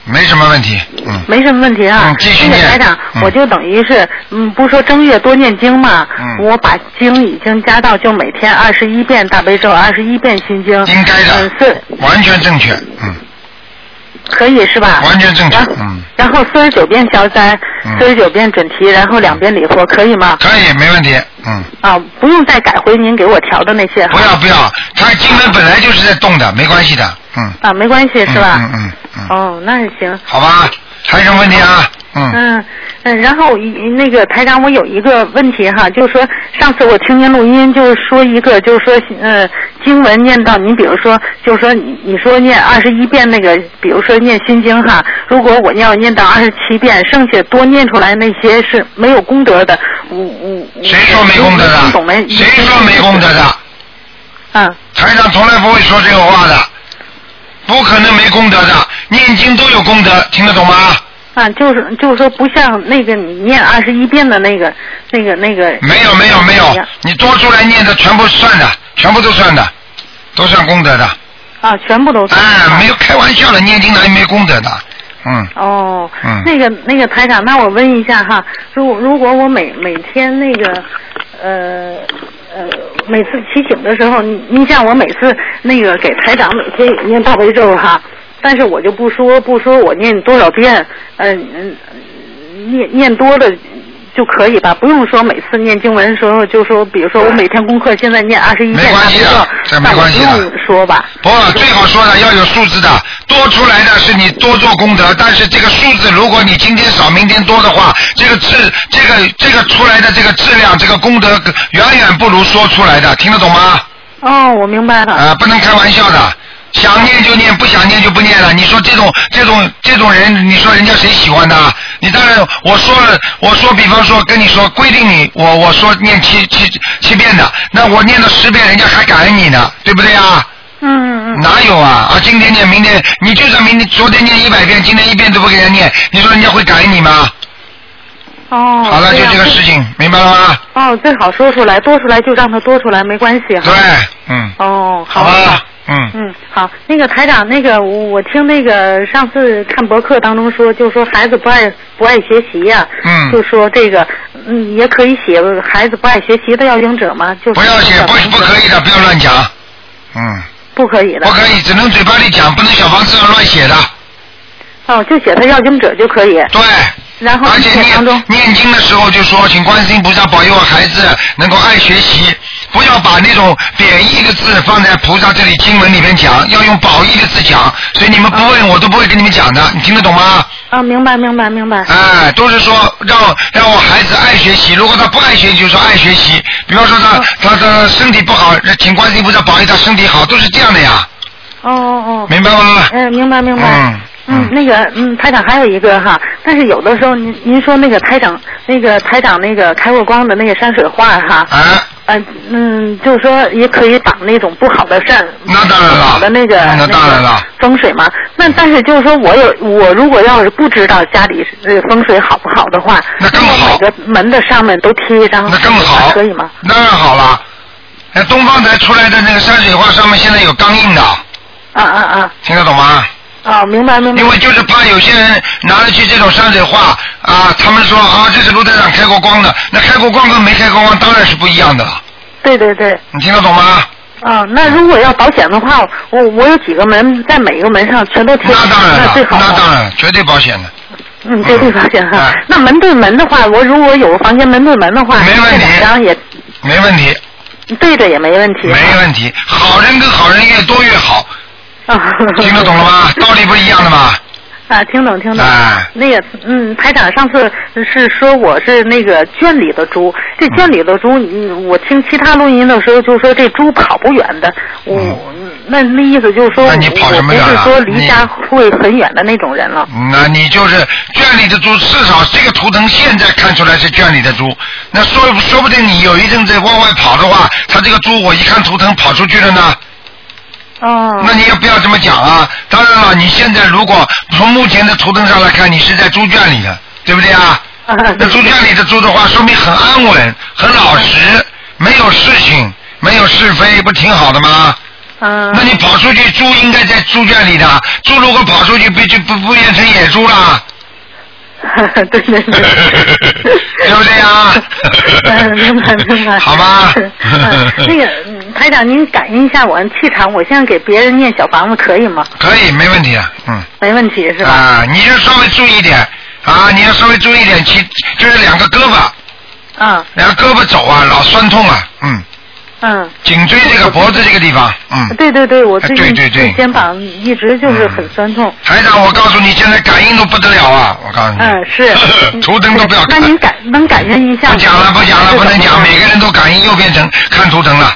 没什么问题，嗯。 没什么问题啊。 嗯，继续念。 那个台长， 嗯、 我就等于是，嗯，不是说正月多念经嘛， 嗯， 我把经已经加到就每天二十一遍大悲咒，二十一遍心经。 应该的。 嗯，是。 完全正确，嗯。 可以是吧？ 完全正确，嗯。 然后四十九遍消灾，四十九遍准提，然后两遍礼佛，可以吗？ 可以，没问题，嗯。 啊，不用再改回您给我调的那些。 不要不要，它经文本来就是在动的，没关系的，嗯。 啊，没关系是吧？ 嗯嗯嗯。 哦，那也行。 好吧，还有什么问题啊？嗯。 嗯嗯，然后那个台长，我有一个问题哈，就是说上次我听您录音，就是说一个，就是说呃经文念到您，比如说就是说你你说念二十一遍那个，比如说念心经哈，如果我要念到二十七遍，剩下多念出来那些是没有功德的，我我谁说没功德的？谁说没功德的？ 嗯。 台长从来不会说这个话的，不可能没功德的，念经都有功德，听得懂吗？ 啊，就是就是说，不像那个你念二十一遍的那个那个那个。 没有没有没有，你多出来念的全部算的，全部都算的，都算功德的。 啊，全部都算。 哎，没有开玩笑的，念经哪里没功德的？嗯。 哦。 嗯。 那个那个台长，那我问一下哈，如果如果我每每天那个呃呃每次提醒的时候，您您像我每次那个给台长每天也念大悲咒哈。但是我就不说不说我念多少遍，嗯、呃、嗯，念念多了就可以吧，不用说每次念经文的时候就说，比如说我每天功课现在念二十一遍， 没关系的，这没关系的， 不用说吧。 不，最好说的要有数字的，多出来的是你多做功德，但是这个数字如果你今天少明天多的话，这个质这个这个出来的这个质量，这个功德远远不如说出来的，听得懂吗？ 哦，我明白了。 啊、呃，不能开玩笑的。想念就念，不想念就不念了。你说这种这种这种人，你说人家谁喜欢的？你当然我说了，我说比方说跟你说规定你，我我说念七七七遍的，那我念到十遍，人家还感恩你呢，对不对啊？ 嗯嗯嗯。 哪有啊？啊，今天念，明天你就算明天昨天念一百遍，今天一遍都不给人念，你说人家会感恩你吗？ 哦。 好了，就这个事情，明白了吗？ 哦，最好说出来，多出来就让它多出来，没关系哈。 对，嗯。 哦，好吧。嗯嗯，好，那个台长，那个我听那个上次看博客当中说，就说孩子不爱不爱学习呀、啊， 嗯， 就说这个，嗯，也可以写孩子不爱学习的要经者吗？就是不要写，不不可以的，不要乱讲，嗯， 不可以的， 不可以，只能嘴巴里讲，不能小房子上乱写的。 哦，就写他要经者就可以。 对。 然后而且念念经的时候就说，请观世音菩萨保佑我孩子能够爱学习，不要把那种贬义的字放在菩萨这里经文里面讲，要用褒义的字讲。所以你们不问、嗯、我都不会跟你们讲的，你听得懂吗？ 啊，明白明白明白。 哎，都是说让让我孩子爱学习，如果他不爱学习，就说爱学习。比方说他、哦、他的身体不好，请观世音菩萨保佑他身体好，都是这样的呀。 哦哦哦。 明白吗？ 嗯，明白明白。 嗯。 嗯，那个，嗯，台长还有一个哈，但是有的时候您您说那个台长，那个台长那个开过光的那个山水画哈， 啊， 嗯嗯，就是说也可以挡那种不好的山， 那当然了， 不好的那个那当然了风水嘛。那但是就是说我有我如果要是不知道家里呃风水好不好的话， 那更好， 每个门的上面都贴一张， 那更好， 可以吗？ 当然好了，哎，东方台出来的那个山水画上面现在有钢印的，啊啊啊， 听得懂吗？ 哦，明白明白。 因为就是怕有些人拿了去这种山水画啊，他们说啊，这是卢台长开过光的，那开过光跟没开过光当然是不一样的了。 对对对。 你听得懂吗？ 啊，那如果要保险的话，我我有几个门，在每个门上全都贴。 那当然了， 那最好。 那当然，绝对保险的。 嗯，绝对保险哈。 嗯、 那门对门的话，我如果有房间门对门的话， 没问题。 这两张也。 没问题。 对着也没问题。 没问题，好人跟好人越多越好。 啊， 听得懂了吗？道理不一样的吗？ 啊，听懂听懂。 哎， 那个，嗯，台长上次是说我是那个圈里的猪，这圈里的猪，嗯，我听其他录音的时候就说这猪跑不远的，我、嗯、那那意思就是说， 那你跑什么远我不是说离家会很远的那种人了。 那你就是圈里的猪，至少这个图腾现在看出来是圈里的猪，那说说不定你有一阵子往外跑的话，它这个猪我一看图腾跑出去了呢。 哦， 那你也不要这么讲啊！当然了，你现在如果从目前的图腾上来看，你是在猪圈里的，对不对啊？ 啊那猪圈里的猪的话，说明很安稳、很老实，没有事情，没有是非，不挺好的吗？ 嗯。 那你跑出去，猪应该在猪圈里的，猪如果跑出去，不就不不变成野猪了？ 对对对， 对不对呀？ 嗯，明白明白。 好吧。 嗯，那个台长，您感应一下我气场，我现在给别人念小房子可以吗？ 可以，没问题的，嗯。 没问题是吧？ 啊，你就稍微注意一点啊，你要稍微注意一点，其就是两个胳膊。 嗯。 两个胳膊走啊，老酸痛啊，嗯。 嗯。 颈椎这个脖子这个地方，嗯。 对对对，我最近对对对肩膀一直就是很酸痛。 台长，我告诉你，现在感应都不得了啊！我告诉你。 嗯，是。 图腾都不要看。 那您感能感应一下？ 不讲了，不讲了，不能讲，每个人都感应，又变成看图腾了。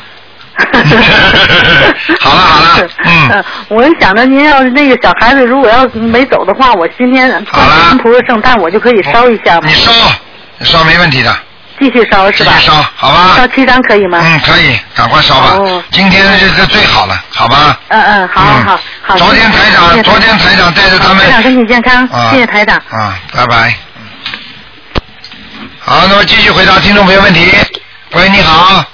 好了好了，嗯。 嗯，我想着您要是那个小孩子如果要没走的话，我今天观世音菩萨圣诞我就可以烧一下嘛。 你烧，你烧没问题的。 继续烧是吧？ 继续烧，好吧。 烧七张可以吗？ 嗯，可以，赶快烧吧。哦。今天这个最好了，好吧？ 嗯嗯，好好好。好。 昨天台长，昨天台长带着他们。 台长身体健康，谢谢台长。 啊，拜拜。好，那么继续回答听众朋友问题。喂，你好。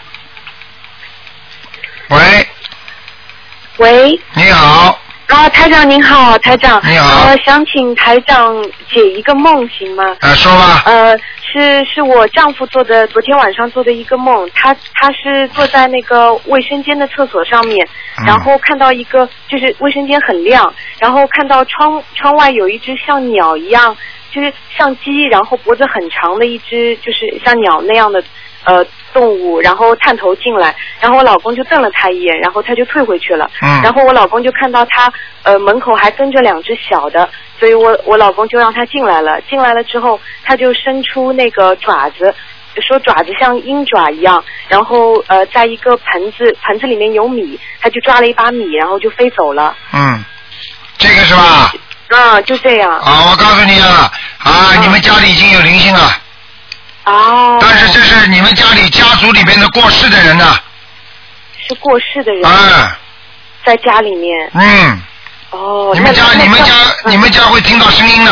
喂。 喂。 你好。 啊，台长您好，台长。 你好。 呃，想请台长解一个梦行吗？ 啊，说吧。 呃，是是我丈夫做的，昨天晚上做的一个梦。他他是坐在那个卫生间的厕所上面， 嗯、 然后看到一个，就是卫生间很亮，然后看到窗窗外有一只像鸟一样，就是像鸡，然后脖子很长的一只，就是像鸟那样的。呃，动物，然后探头进来，然后我老公就瞪了他一眼，然后他就退回去了。嗯。然后我老公就看到他呃门口还跟着两只小的，所以我我老公就让他进来了。进来了之后，他就伸出那个爪子，说爪子像鹰爪一样，然后呃在一个盆子盆子里面有米，他就抓了一把米，然后就飞走了。 嗯，这个是吧？ 啊，就这样。 啊，我告诉你啊，啊，嗯、你们家里已经有灵性了。 哦。 但是这是你们家里家族里边的过世的人呐。 是过世的人。 嗯。 在家里面。 嗯。 哦。 你们家你们家、嗯、你们家会听到声音的。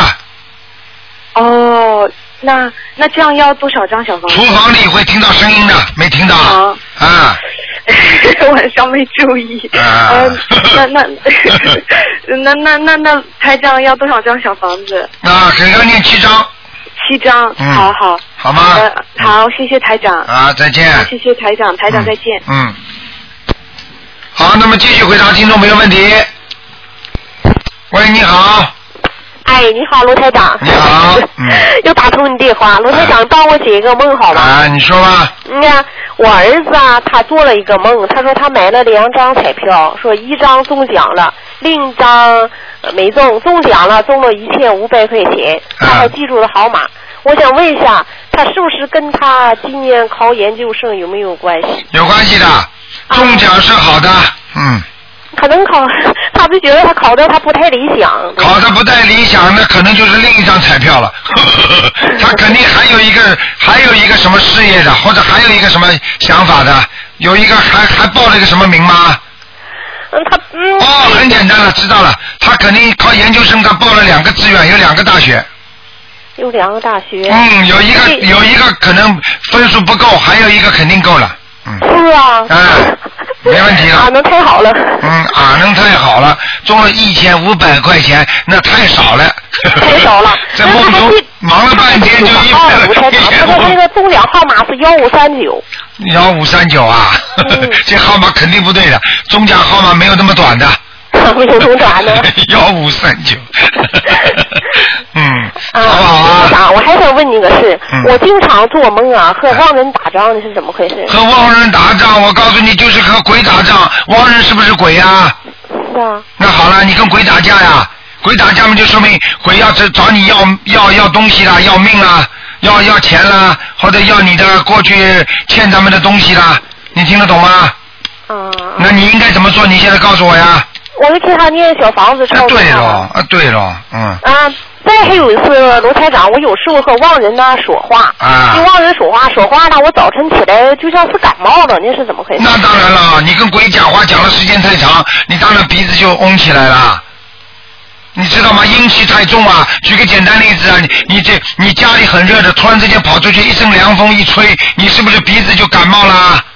哦，那那这样要多少张小房子？ 厨房里会听到声音的，没听到？啊。啊晚上没注意。 啊。 呃、那那那那那那台长要多少张小房子？ 啊，给他念七张。 七张， 嗯、 好好， 好吗？ 呃，好，谢谢台长。 啊，再见。 谢谢台长，台长再见。 嗯。嗯好，那么继续回答听众朋友问题。喂，你好。 哎，你好，卢台长。 你好。嗯。 又打通你电话，卢台长，帮我解一个梦好吧？ 啊，你说吧。 嗯呀，我儿子啊，他做了一个梦，他说他买了两张彩票，说一张中奖了，另一张没中，中奖了，中了一千五百块钱，他还记住了号码。我想问一下，他是不是跟他今年考研究生有没有关系？ 有关系的，中奖是好的，啊、嗯。 可能考，他就觉得他考的他不太理想。 考的不太理想，那可能就是另一张彩票了。他肯定还有一个，还有一个什么事业的，或者还有一个什么想法的，有一个还还报了一个什么名吗？ 嗯，他嗯。 哦，很简单了，知道了。他肯定考研究生，他报了两个志愿，有两个大学。 有两个大学。 嗯，有一个有一个可能分数不够，还有一个肯定够了。嗯。 是啊。 嗯。没问题了。 啊，能太好了。 嗯，啊，能太好了，中了一千五百块钱，那太少了。 太少了。 在梦中忙了半天就一百了。 他说那个中奖号码是幺五三九。 幺五三九啊，嗯、这号码肯定不对的，中奖号码没有那么短的。 没有中短的。 幺五三九。嗯。 啊，好不好啊？我还想问你个事， 嗯、 我经常做梦啊，和亡人打仗，是怎么回事？ 和亡人打仗，我告诉你，就是和鬼打仗。亡人是不是鬼呀？ 是啊。 那好了，你跟鬼打架呀？鬼打架嘛，就说明鬼要找找你要要要东西啦，要命啦，要要钱啦，或者要你的过去欠咱们的东西啦，你听得懂吗？ 啊。 那你应该怎么做？你现在告诉我呀。 我就替他念小房子。 啊，对了，啊，对了，嗯。 啊。再还有一次，罗台长，我有时候和亡人呢说话， 啊， 跟亡人说话说话呢，我早晨起来就像是感冒了，那是怎么回事？ 那当然了，你跟鬼讲话讲的时间太长，你当然鼻子就嗡起来了，你知道吗？阴气太重啊！举个简单例子啊，你你这你家里很热的，突然之间跑出去一阵凉风一吹，你是不是鼻子就感冒了？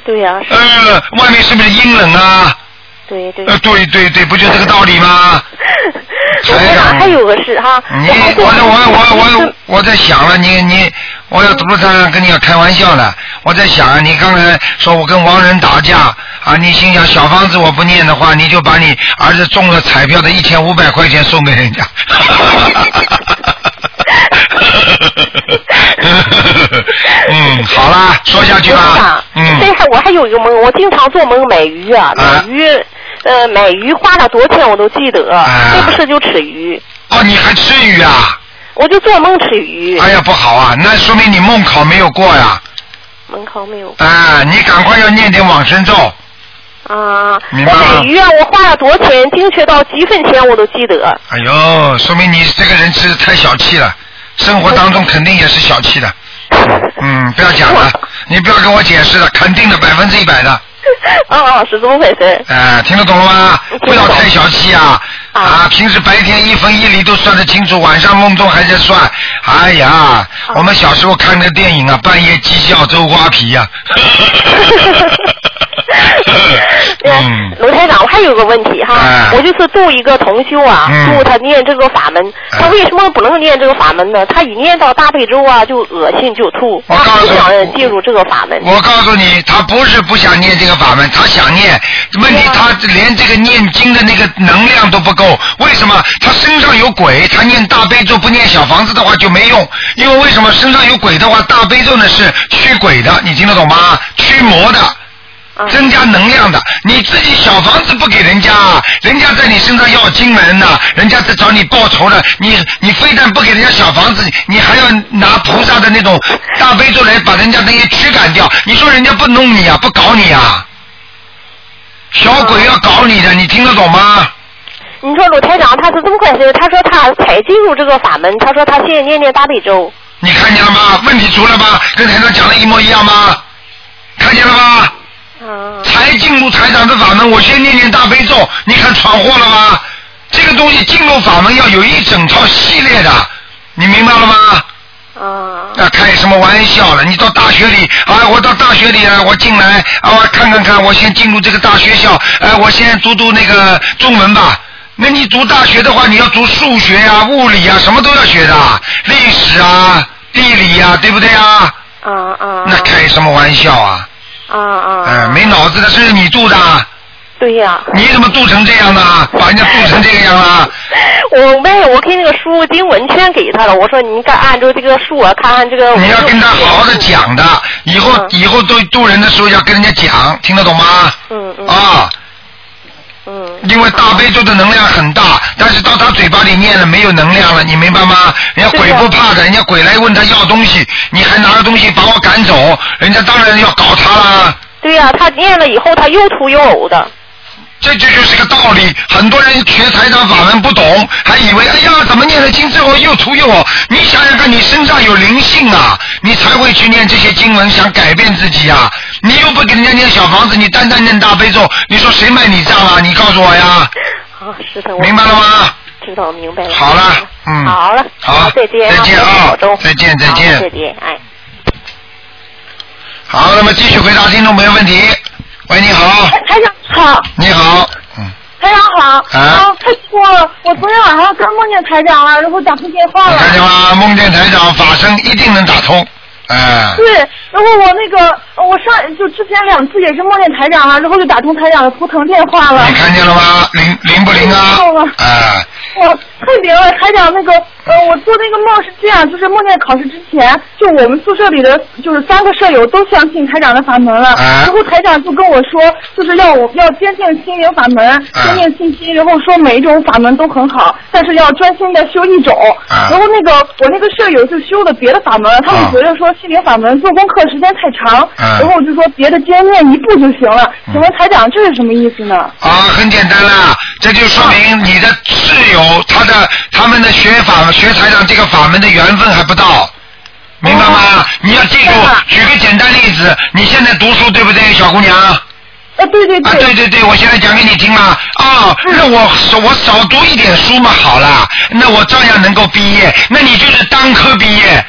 对呀、啊。 呃，外面是不是阴冷啊？ 对对。 呃，对对对，不就这个道理吗？ 台长还有个事哈。 你我我我我我在想了，你你我要不是跟你要开玩笑呢，我在想你刚才说我跟亡人打架啊，你心想小房子我不念的话，你就把你儿子中了彩票的一千五百块钱送给人家。嗯，好啦，说下去吧。 嗯。对，我还有一个梦，我经常做梦买鱼啊，买鱼。呃，买鱼花了多少钱我都记得，是不是就吃鱼？ 哦，你还吃鱼啊？ 我就做梦吃鱼。 哎呀，不好啊，那说明你梦考没有过呀。 梦考没有过。 啊，你赶快要念点往生咒。 啊， 明白吗？ 我买鱼啊，我花了多少钱，精确到几分钱我都记得。 哎呦，说明你这个人是太小气了，生活当中肯定也是小气的。嗯，不要讲了，你不要跟我解释了，肯定的，百分之一百的。 哦哦，是这么回事。 哎、呃，听得懂了吗？不要太小气啊！啊, 啊，平时白天一分一厘都算得清楚，晚上梦中还在算。哎呀，啊、我们小时候看那个电影啊，半夜鸡叫周瓜皮呀、啊。 嗯，卢台长，我还有个问题哈，啊、我就是度一个同修啊，嗯、度他念这个法门，他为什么不能念这个法门呢？他一念到大悲咒啊，就恶心就吐， 我告诉他不想进入这个法门。 我告诉你，他不是不想念这个法门，他想念，问题他连这个念经的那个能量都不够。为什么？他身上有鬼，他念大悲咒不念小房子的话就没用。因为为什么身上有鬼的话，大悲咒呢是驱鬼的，你听得懂吗？驱魔的。增加能量的，你自己小房子不给人家，人家在你身上要经文呢，人家在找你报仇了，你你非但不给人家小房子，你还要拿菩萨的那种大悲咒来把人家那些驱赶掉，你说人家不弄你啊，不搞你啊，小鬼要搞你的，你听得懂吗？ 你说鲁台长他是这么回事？他说他才进入这个法门，他说他现在念念大悲咒。 你看见了吗？问题出了吧？跟台长讲的一模一样吗？看见了吗？才进入台长的法门，我先念念大悲咒，你看闯祸了吗？这个东西进入法门要有一整套系列的，你明白了吗？啊！啊，开什么玩笑了？你到大学里啊，我到大学里啊，我进来啊，我看看看，我先进入这个大学校，哎、啊，我先读读那个中文吧。那你读大学的话，你要读数学啊、物理啊，什么都要学的，历史啊、地理啊，对不对啊？啊啊！那开什么玩笑啊？啊啊！哎，没脑子的是你度的。 对呀、啊。 你怎么度成这样的？把人家度成这个样了？ 我没有，我给那个书经文全给他了。我说你该按照这个书啊，看看这个。 你要跟他好好的讲的，以后、嗯、以后都度人的时候要跟人家讲，听得懂吗？嗯嗯。啊。嗯。因为大悲咒的能量很大，但是到他嘴巴里念了没有能量了，你明白吗？人家鬼不怕的，人家鬼来问他要东西，你还拿着东西把我赶走，人家当然要搞他啦。 对呀、啊，他念了以后他又吐又呕的。 这这就是个道理，很多人学台长法门不懂，还以为哎呀怎么念了经之后又吐又呕。你想想看，你身上有灵性啊，你才会去念这些经文，想改变自己啊。你又不给人家念小房子，你单单念大悲咒，你说谁买你账啊？你告诉我呀。 啊，是的， 明白了吗？ 知道，明白了。 好了，嗯， 好了， 好， 再见， 再见啊，再见，再见， 再见，哎。 好，那么继续回答听众朋友问题。喂，你好。 台长好。 你好。嗯。 台长好。 啊。 太错了，我昨天晚上刚梦见台长了，然后打通电话了。 看见吗？梦见台长，法身一定能打通。哎。 对，然后我那个，我上就之前两次也是梦见台长了，然后就打通台长的图腾电话了。 你看见了吗？灵灵不灵啊？哎。 我太灵了，台长那个，呃，我做那个梦是这样，就是梦见考试之前，就我们宿舍里的就是三个舍友都相信台长的法门了，啊、然后台长就跟我说，就是要我要坚定心灵法门，啊、坚定信心，然后说每一种法门都很好，但是要专心的修一种。啊、然后那个我那个舍友就修的别的法门，他们觉得说心灵法门做功课时间太长，啊、然后我就说别的坚念一步就行了。嗯、请问台长这是什么意思呢？ 啊，很简单啦，这就说明你的室友。他的他们的学法学台长这个法门的缘分还不到，明白吗？哦、你要记住，举个简单例子，你现在读书对不对，小姑娘？ 啊，对对对。 啊，对对对，我现在讲给你听了啊，哦嗯、那我我少读一点书嘛，好了，那我照样能够毕业，那你就是单科毕业。对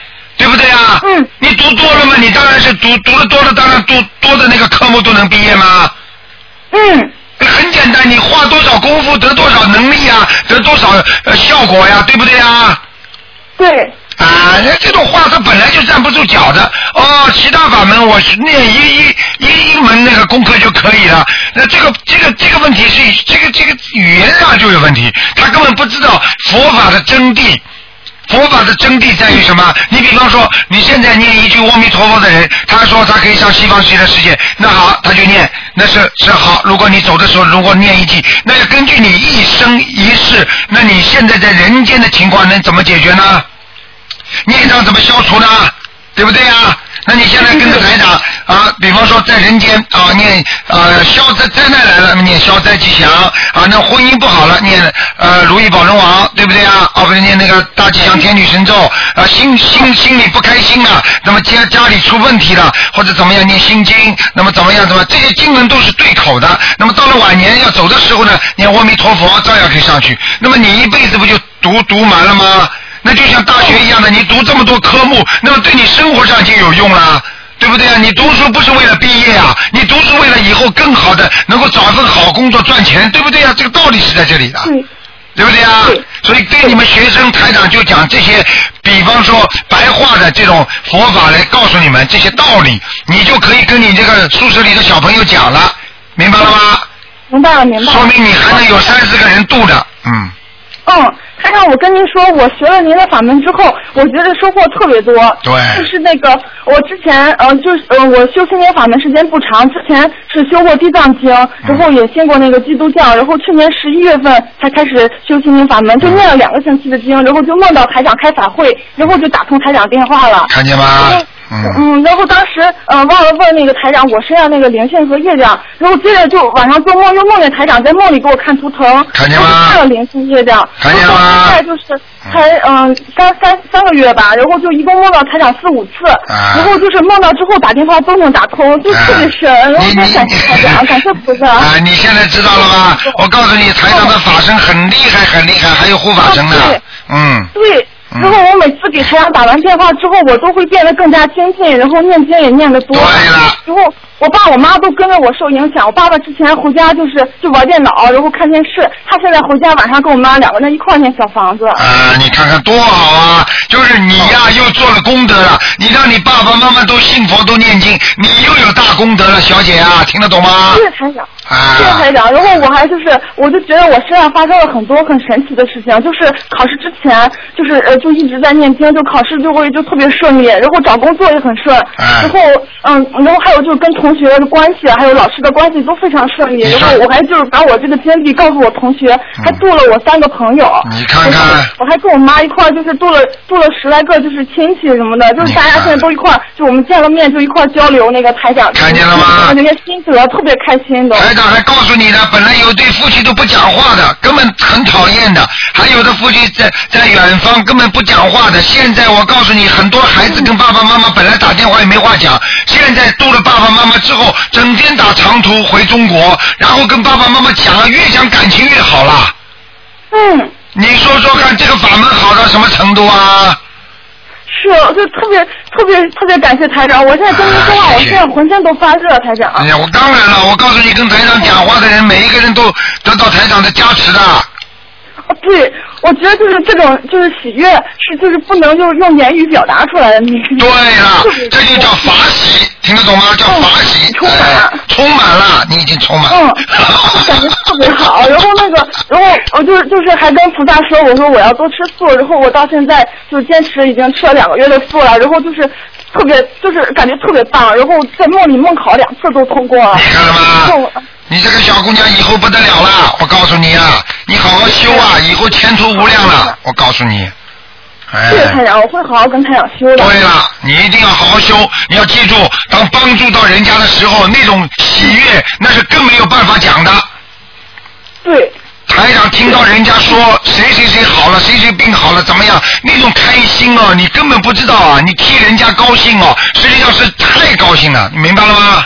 对不对啊？ 嗯。 你读多了嘛，你当然是读读的多了，当然读多的那个科目都能毕业吗？ 嗯。 很简单，你花多少功夫得多少能力啊，得多少呃效果呀，对不对啊？ 对。 啊，那这种话它本来就站不住脚的哦。其他法门我是念一一一一门那个功课就可以了。那这个这个这个问题是这个这个语言上就有问题，他根本不知道佛法的真谛。佛法的真谛在于什么？你比方说，你现在念一句阿弥陀佛的人，他说他可以上西方极乐世界，那好，他就念，那是是好。如果你走的时候，如果念一句，那要根据你一生一世，那你现在在人间的情况能怎么解决呢？孽障怎么消除呢？对不对啊？那你现在跟着台长啊，比方说在人间啊念呃消灾灾难来了，念消灾吉祥啊，那婚姻不好了，念呃如意宝轮王，对不对啊？啊不是念那个大吉祥天女神咒啊，心心心里不开心了，那么家家里出问题了，或者怎么样念心经，那么怎么样怎么这些经文都是对口的。那么到了晚年要走的时候呢，念阿弥陀佛照样可以上去。那么你一辈子不就读读满了吗？那就像大学一样的，你读这么多科目，那么对你生活上就有用了，对不对啊？你读书不是为了毕业啊，你读书为了以后更好的能够找一份好工作赚钱，对不对啊？这个道理是在这里的， 对， 对不对啊？所以对你们学生台长就讲这些，比方说白话的这种佛法来告诉你们这些道理，你就可以跟你这个宿舍里的小朋友讲了，明白了吗？ 明白了，明白了。 说明你还能有三四个人度的，嗯。 嗯，台长，我跟您说，我学了您的法门之后，我觉得收获特别多。 对。 就是那个，我之前呃，就是呃，我修心灵法门时间不长，之前是修过地藏经，然后也信过那个基督教，然后去年十一月份才开始修心灵法门，就念了两个星期的经，然后就梦到台长开法会，然后就打通台长电话了。 看见吗？嗯, 嗯，然后当时呃忘了问那个台长我身上那个灵性和业障，然后接着就晚上做梦又梦见台长在梦里给我看图腾， 看见吗？ 看了灵性业障， 看见吗？ 现在就是才嗯、呃、三三三个月吧，然后就一共梦到台长四五次，啊、然后就是梦到之后打电话都能打通，就特别神，啊、然后就感谢台长，感谢菩萨。 啊，你现在知道了吧？我告诉你，台长的法身很厉害，很厉害，还有护法神呢。 啊、 嗯。 对。然后我每次给台长打完电话之后，我都会变得更加精进，然后念经也念得多。 对了。 然后我爸我妈都跟着我受影响。我爸爸之前回家就是就玩电脑，然后看电视。他现在回家晚上跟我妈两个人一块念小房子。 啊，你看看多好啊！就是你呀，又做了功德了。你让你爸爸妈妈都信佛都念经，你又有大功德了，小姐啊，听得懂吗？ 谢谢台长。 啊。 谢谢台长。然后我还就是，我就觉得我身上发生了很多很神奇的事情，就是考试之前就是呃。就一直在念经，就考试就会就特别顺利，然后找工作也很顺， 啊、 然后嗯，然后还有就是跟同学的关系，还有老师的关系都非常顺利。然后我还就是把我这个经历告诉我同学，嗯、还度了我三个朋友。 你看看， 我还跟我妈一块儿就是度了度了十来个就是亲戚什么的，就是大家现在都一块儿，就我们见了面就一块儿交流那个台长。 看见了吗？ 那些心得特别开心的。 台长还告诉你呢，本来有对夫妻都不讲话的，根本很讨厌的，还有的夫妻在在远方根本不讲话的。现在我告诉你，很多孩子跟爸爸妈妈本来打电话也没话讲，现在度了爸爸妈妈之后，整天打长途回中国，然后跟爸爸妈妈讲，越讲感情越好了。 嗯。 你说说看，这个法门好到什么程度啊？ 是，就特别特别特别感谢台长，我现在跟您说话，我现在浑身都发热，台长。 哎呀，我当然了，我告诉你，跟台长讲话的人，每一个人都得到台长的加持的。 对，我觉得就是这种就是喜悦是就是不能就是用言语表达出来的。 对了，这就叫法喜，听得懂吗？叫法喜， 充满、 哎，充满了，你已经充满了。 嗯，感觉特别好。然后那个，然后我就是就是还跟菩萨说，我说我要多吃素，然后我到现在就坚持已经吃了两个月的素了，然后就是特别就是感觉特别棒，然后在梦里梦考两次都通过了。 你看了吗？你这个小姑娘以后不得了了，我告诉你啊，你好好修啊，以后前途无量了，我告诉你。哎， 对台长，我会好好跟台长修的。 对了，你一定要好好修，你要记住，当帮助到人家的时候，那种喜悦那是更没有办法讲的。 对。 台长听到人家说谁谁谁好了，谁谁病好了，怎么样？那种开心哦，你根本不知道啊！你替人家高兴哦，实际上是太高兴了，你明白了吗？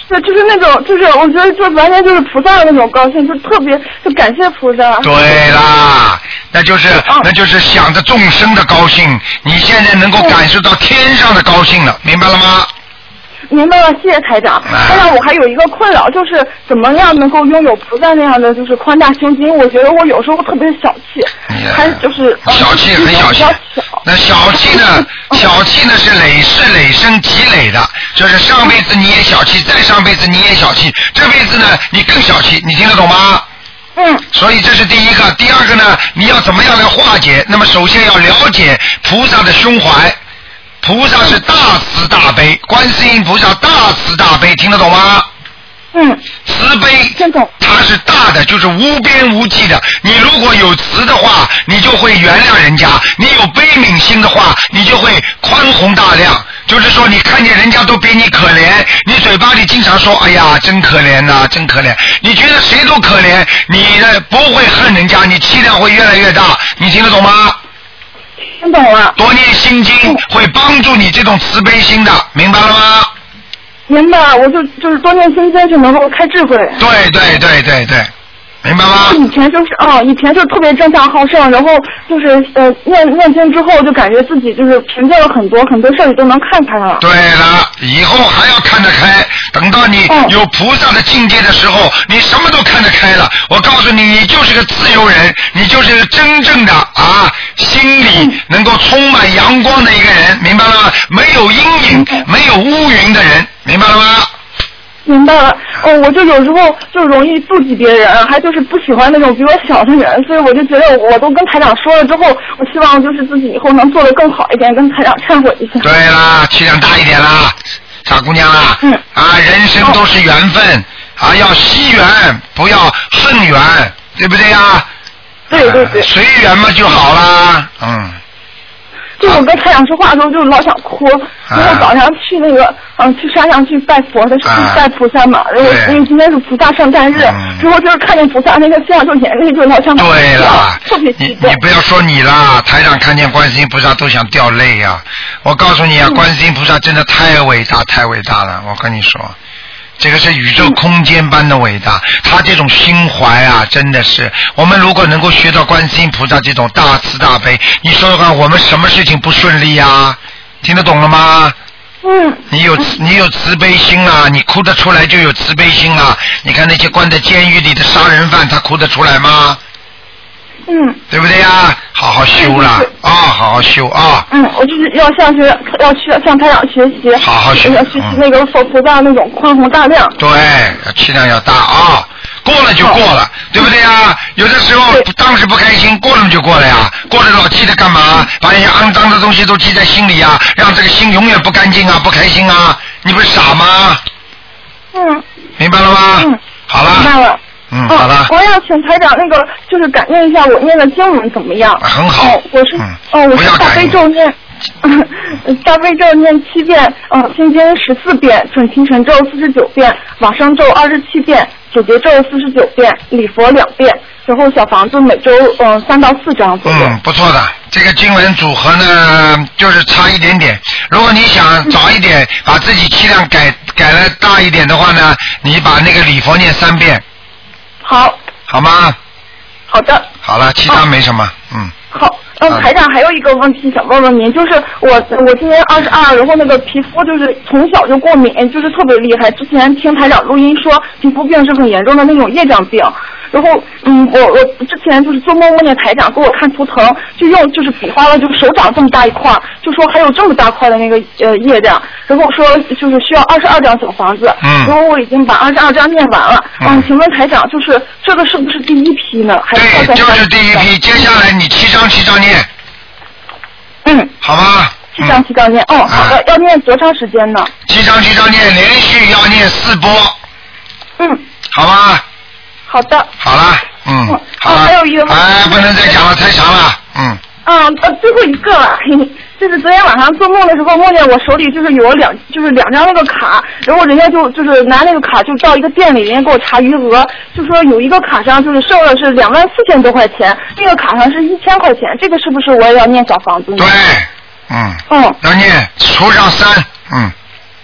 对，就是那种，就是我觉得就完全就是菩萨的那种高兴，就特别就感谢菩萨。 对啦，那就是那就是想着众生的高兴，你现在能够感受到天上的高兴了，明白了吗？ 明白了，谢谢台长。台长，我还有一个困扰，就是怎么样能够拥有菩萨那样的就是宽大胸襟？我觉得我有时候特别小气，还就是小气很小气。那小气呢？小气呢是累世累生积累的，就是上辈子你也小气，再上辈子你也小气，这辈子呢你更小气，你听得懂吗？ 嗯。 所以这是第一个，第二个呢，你要怎么样来化解？那么首先要了解菩萨的胸怀。菩萨是大慈大悲，观世音菩萨大慈大悲，听得懂吗？ 嗯。 慈悲，它是大的，就是无边无际的。你如果有慈的话，你就会原谅人家；你有悲悯心的话，你就会宽宏大量。就是说，你看见人家都比你可怜，你嘴巴里经常说：“哎呀，真可怜呐、啊，真可怜。”你觉得谁都可怜，你呢不会恨人家，你气量会越来越大。你听得懂吗？ 听懂了。 多念心经会帮助你这种慈悲心的，明白了吗？ 明白，我就就是多念心经就能够开智慧。 对对对对对，明白吗？ 以前就是啊、哦，以前就特别正向好胜，然后就是呃念念经之后就感觉自己就是平静了很多，很多事儿都能看开了。 对了，以后还要看得开，等到你有菩萨的境界的时候，你什么都看得开了。我告诉你，你就是个自由人，你就是个真正的啊，心里能够充满阳光的一个人，明白了吗？没有阴影，没有乌云的人，明白了吗？ 明白了，哦，我就有时候就容易妒忌别人，还就是不喜欢那种比我小的人，所以我就觉得我都跟台长说了之后，我希望就是自己以后能做得更好一点，跟台长忏悔一下。 对啦，气量大一点啦，傻姑娘啦， 嗯， 啊，人生都是缘分，啊，要惜缘，不要恨缘，对不对呀？ 对对对。 随缘嘛就好啦，嗯。 就我跟台长说话的时候，就老想哭。然后早上去那个，嗯，去山上去拜佛的，去拜菩萨嘛。然后因为今天是菩萨圣诞日，之后就是看见菩萨那个像，就眼泪就老想。 对了， 特别激动。 你你不要说你啦，台长看见观世音菩萨都想掉泪呀、啊。我告诉你啊，观世音菩萨真的太伟大，太伟大了。我跟你说。这个是宇宙空间般的伟大，他这种心怀啊，真的是我们如果能够学到观世音菩萨这种大慈大悲，你说说看，我们什么事情不顺利啊？听得懂了吗？ 嗯。 你有你有慈悲心啊，你哭得出来就有慈悲心啊。你看那些关在监狱里的杀人犯，他哭得出来吗？ 嗯。 对不对呀？好好修了啊，好好修啊。 嗯，我就是要向学，要去向台长学习。 好好学。 要学习那个佛菩萨那种宽宏大量。 对，气量要大啊。过了就过了，对不对呀？有的时候当时不开心，过了就过了呀。过了老记得干嘛？把那些肮脏的东西都记在心里呀，让这个心永远不干净啊，不开心啊。你不是傻吗？ 嗯。 明白了吗？ 嗯。 好了。 明白了。 嗯，好了。 我要请台长那个，就是感应一下我念的经文怎么样？ 很好。 哦，我是，哦，我是大悲咒念，大悲咒念七遍，嗯，心经十四遍，准提神咒四十九遍，往生咒二十七遍，解结咒四十九遍，礼佛两遍，然后小房子每周嗯三到四张左右。 嗯，不错的。这个经文组合呢，就是差一点点。如果你想早一点把自己气量改改了大一点的话呢，你把那个礼佛念三遍。 好。 好吗？ 好的。 好了，其他没什么，哦、嗯。 好，嗯，台长还有一个问题想问问您，就是我我今年二十二，然后那个皮肤就是从小就过敏，就是特别厉害。之前听台长录音说皮肤病是很严重的那种业障病，然后嗯，我我之前就是做梦梦见台长给我看图腾，就用就是比划了就手掌这么大一块，就说还有这么大块的那个呃业障，然后说就是需要二十二张小房子， 嗯， 然后我已经把二十二张念完了，嗯，请问台长，就是这个是不是第一批呢？还是对，就是第一批，接下来你七张七张念。 嗯， 好吧。 七张七张念，哦，好的，要念多长时间呢？ 七张七张念，连续要念四波。 嗯， 好吧。 好的。 好了，嗯，嗯好了。 还有一个问题。 哎，不能再讲了，太长了，嗯。 嗯，呃，最后一个了，嘿嘿，就是昨天晚上做梦的时候，梦见我手里就是有两，就是两张那个卡，然后人家就就是拿那个卡就到一个店里，人家给我查余额，就说有一个卡上就是剩了是两万四千多块钱，那个卡上是一千块钱，这个是不是我也要念小房子呢？ 对，嗯， 嗯， 要念除上三，嗯。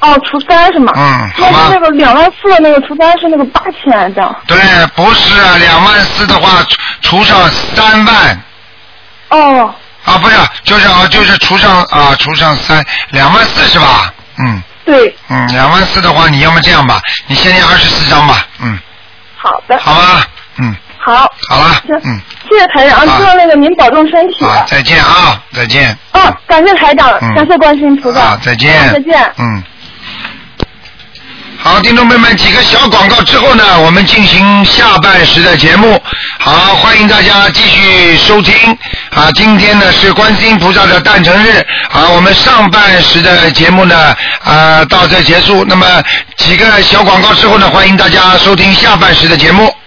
哦，除三是吗？ 嗯，好吧。 那个两万四的那个除三是那个八千这样。 对，不是啊，两万四的话除上三万。 哦。 啊，不是，就是啊，就是除上啊，除上三，两万四是吧？嗯。 对。 嗯，两万四的话，你要么这样吧，你先念二十四章吧，嗯。 好的。 好吧，嗯。 好。 好了，嗯。 谢谢台长，希望那个您保重身体。 啊，再见啊，再见。 哦，感谢台长， 嗯、 感谢观世音菩萨。 啊，再见。 再见。 嗯。好，听众朋友们，几个小广告之后呢，我们进行下半时的节目。好，欢迎大家继续收听。啊，今天呢是观世音菩萨的诞辰日。啊，我们上半时的节目呢，啊到这结束。那么几个小广告之后呢，欢迎大家收听下半时的节目。